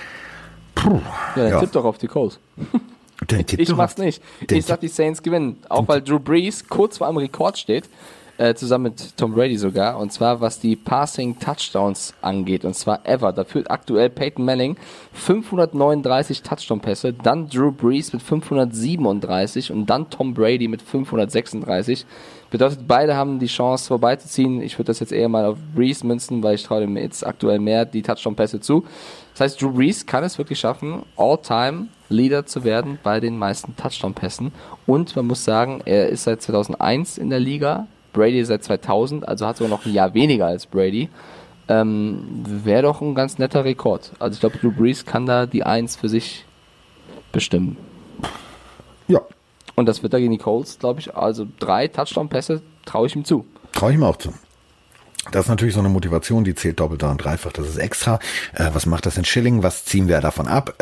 Tipp doch auf die Colts. Ich mach's nicht. Ich sag, die Saints gewinnen. Auch weil Drew Brees kurz vor einem Rekord steht, zusammen mit Tom Brady sogar, und zwar was die Passing Touchdowns angeht, und zwar ever. Da führt aktuell Peyton Manning 539 Touchdown-Pässe, dann Drew Brees mit 537 und dann Tom Brady mit 536. Bedeutet, beide haben die Chance vorbeizuziehen. Ich würde das jetzt eher mal auf Brees münzen, weil ich traue dem jetzt aktuell mehr die Touchdown-Pässe zu. Das heißt, Drew Brees kann es wirklich schaffen, All-Time Leader zu werden bei den meisten Touchdown-Pässen. Und man muss sagen, er ist seit 2001 in der Liga, Brady seit 2000, also hat sogar noch ein Jahr weniger als Brady. Wäre doch ein ganz netter Rekord. Also ich glaube, Drew Brees kann da die 1 für sich bestimmen. Ja. Und das wird da gegen die Colts, glaube ich, also 3 Touchdown-Pässe traue ich ihm zu. Traue ich ihm auch zu. Das ist natürlich so eine Motivation, die zählt doppelt und dreifach, das ist extra. Was macht das in Schilling? Was ziehen wir davon ab?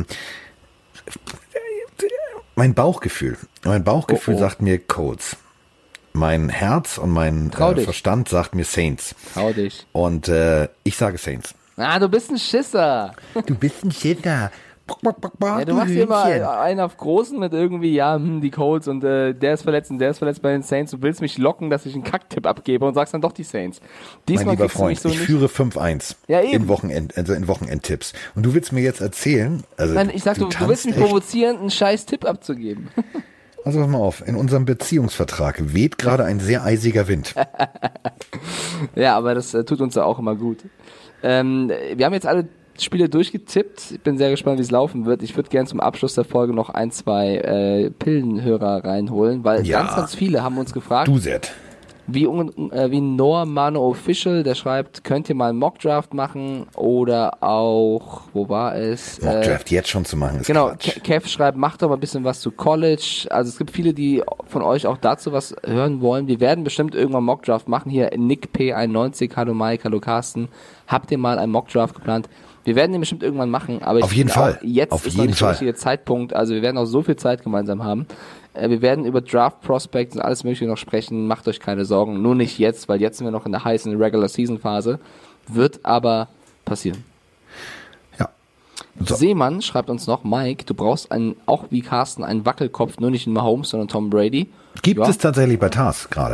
Mein Bauchgefühl sagt mir Colts. Mein Herz und mein Verstand sagt mir Saints. Trau dich. Und ich sage Saints. Du bist ein Schisser. Du bist ein Schisser. Ja, du machst hier mal einen auf Großen mit irgendwie, die Colts und der ist verletzt und der ist verletzt bei den Saints. Du willst mich locken, dass ich einen Kacktipp abgebe und sagst dann doch die Saints. Diesmal, mein lieber Freund, so ich führe 5-1 in Wochenendtipps. Und du willst mir jetzt erzählen, also nein, ich sag, du willst mich provozieren, einen scheiß Tipp abzugeben. Also pass mal auf, in unserem Beziehungsvertrag weht gerade ein sehr eisiger Wind. Ja, aber das tut uns ja auch immer gut. Wir haben jetzt alle Spiele durchgetippt. Ich bin sehr gespannt, wie es laufen wird. Ich würde gerne zum Abschluss der Folge noch 1, 2 Pillenhörer reinholen, weil ganz viele haben uns gefragt, wie Normano Official, der schreibt, könnt ihr mal einen Mockdraft machen oder auch, wo war es? Mockdraft jetzt schon zu machen ist genau, Quatsch. Kev schreibt, macht doch mal ein bisschen was zu College. Also es gibt viele, die von euch auch dazu was hören wollen. Wir werden bestimmt irgendwann Mockdraft machen. Hier Nick P91, hallo Mike, hallo Carsten. Habt ihr mal einen Mockdraft geplant? Wir werden den bestimmt irgendwann machen, aber auf jeden Fall. Jetzt ist noch nicht der richtige Zeitpunkt. Also wir werden auch so viel Zeit gemeinsam haben. Wir werden über Draft Prospects und alles Mögliche noch sprechen. Macht euch keine Sorgen. Nur nicht jetzt, weil jetzt sind wir noch in der heißen Regular Season Phase. Wird aber passieren. Ja. So. Seemann schreibt uns noch, Mike, du brauchst auch wie Carsten einen Wackelkopf, nur nicht in Mahomes, sondern Tom Brady. Gibt es tatsächlich bei Tars gerade.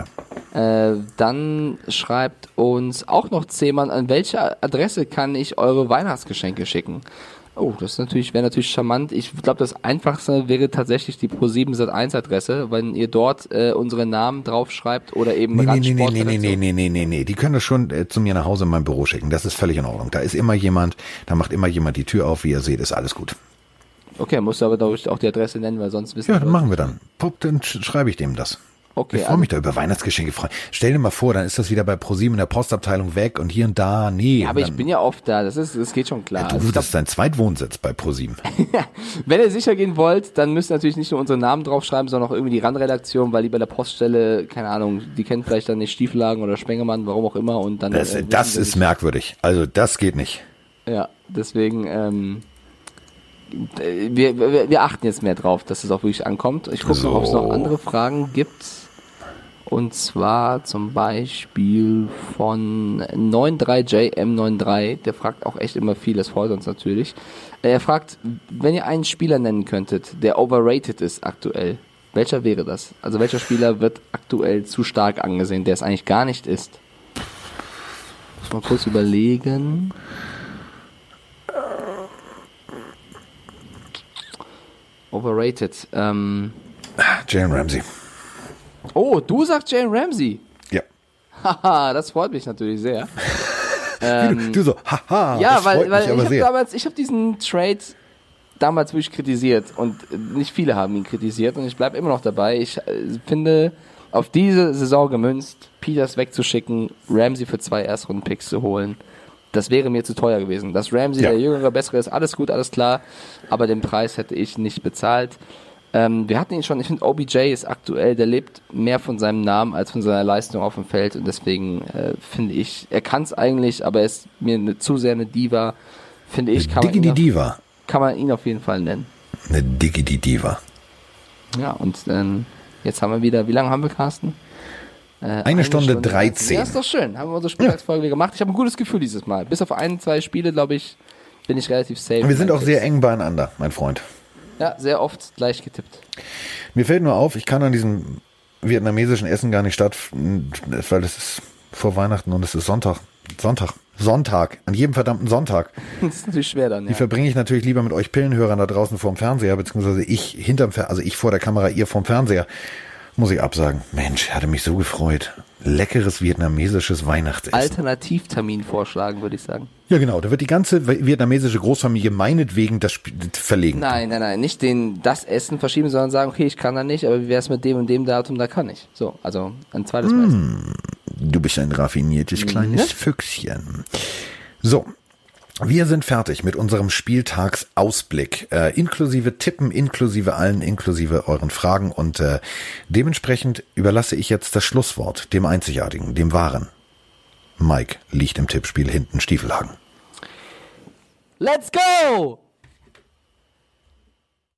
Dann schreibt uns auch noch Seemann, an welche Adresse kann ich eure Weihnachtsgeschenke schicken? Oh, das wäre natürlich charmant. Ich glaube, das Einfachste wäre tatsächlich die Pro7 Sat1 Adresse, wenn ihr dort unsere Namen draufschreibt oder eben Nee. Die können das schon zu mir nach Hause in mein Büro schicken. Das ist völlig in Ordnung. Da ist immer jemand, da macht immer jemand die Tür auf, wie ihr seht, ist alles gut. Okay, musst du aber auch die Adresse nennen, weil sonst wissen wir. Ja, dann machen wir dann. Dann schreibe ich dem das. Okay, ich freue mich da über Weihnachtsgeschenke. Stell dir mal vor, dann ist das wieder bei ProSieben in der Postabteilung weg und hier und da, nee. Ja, aber ich bin ja oft da, das geht schon klar. Ja, das ist dein Zweitwohnsitz bei ProSieben. Wenn ihr sicher gehen wollt, dann müsst ihr natürlich nicht nur unsere Namen draufschreiben, sondern auch irgendwie die Randredaktion, weil die bei der Poststelle, keine Ahnung, die kennen vielleicht dann nicht Stieflagen oder Spengemann, warum auch immer. Und dann. Das ist merkwürdig. Also das geht nicht. Ja, deswegen, wir achten jetzt mehr drauf, dass es auch wirklich ankommt. Ich gucke noch, ob es noch andere Fragen gibt. Und zwar zum Beispiel von 93JM93, der fragt auch echt immer viel, das freut uns natürlich. Er fragt, wenn ihr einen Spieler nennen könntet, der overrated ist aktuell, welcher wäre das? Also welcher Spieler wird aktuell zu stark angesehen, der es eigentlich gar nicht ist? Muss mal kurz überlegen. Overrated. Jalen Ramsey. Oh, du sagst Jalen Ramsey. Ja. Haha, das freut mich natürlich sehr. Du so, haha, Ja, das freut weil mich aber sehr. ich habe diesen Trade damals wirklich kritisiert und nicht viele haben ihn kritisiert und ich bleibe immer noch dabei. Ich finde, auf diese Saison gemünzt, Peters wegzuschicken, Ramsey für 2 Erstrunden-Picks zu holen, das wäre mir zu teuer gewesen. Dass Ramsey der Jüngere, Bessere ist, alles gut, alles klar, aber den Preis hätte ich nicht bezahlt. Wir hatten ihn schon, ich finde OBJ ist aktuell, der lebt mehr von seinem Namen als von seiner Leistung auf dem Feld und deswegen finde ich, er kann es eigentlich, aber er ist mir zu sehr eine Diva, finde ich, kann man ihn auf jeden Fall nennen. Eine Diva. Ja, und jetzt haben wir wieder, wie lange haben wir, Carsten? 1 Stunde 13. Ja, ist doch schön, haben wir unsere Spieltagsfolge gemacht. Ich habe ein gutes Gefühl dieses Mal. Bis auf 1, 2 Spiele, glaube ich, bin ich relativ safe. Wir sind auch sehr eng beieinander, mein Freund. Ja, sehr oft gleich getippt. Mir fällt nur auf, ich kann an diesem vietnamesischen Essen gar nicht stattfinden, weil es ist vor Weihnachten und es ist Sonntag, an jedem verdammten Sonntag. Das ist natürlich schwer dann, ja. Die verbringe ich natürlich lieber mit euch Pillenhörern da draußen vorm Fernseher, beziehungsweise ich vor der Kamera, ihr vorm Fernseher. Muss ich absagen. Mensch, hatte mich so gefreut. Leckeres vietnamesisches Weihnachtsessen. Alternativtermin vorschlagen, würde ich sagen. Ja, genau. Da wird die ganze vietnamesische Großfamilie meinetwegen das verlegen. Nein. Nicht das Essen verschieben, sondern sagen, okay, ich kann da nicht, aber wie wär's mit dem und dem Datum, da kann ich. So, also ein zweites Mal essen. Du bist ein raffiniertes kleines Füchschen. So. Wir sind fertig mit unserem Spieltagsausblick, inklusive Tippen, inklusive allen, inklusive euren Fragen und dementsprechend überlasse ich jetzt das Schlusswort dem Einzigartigen, dem Wahren. Mike liegt im Tippspiel hinten Stiefelhagen. Let's go!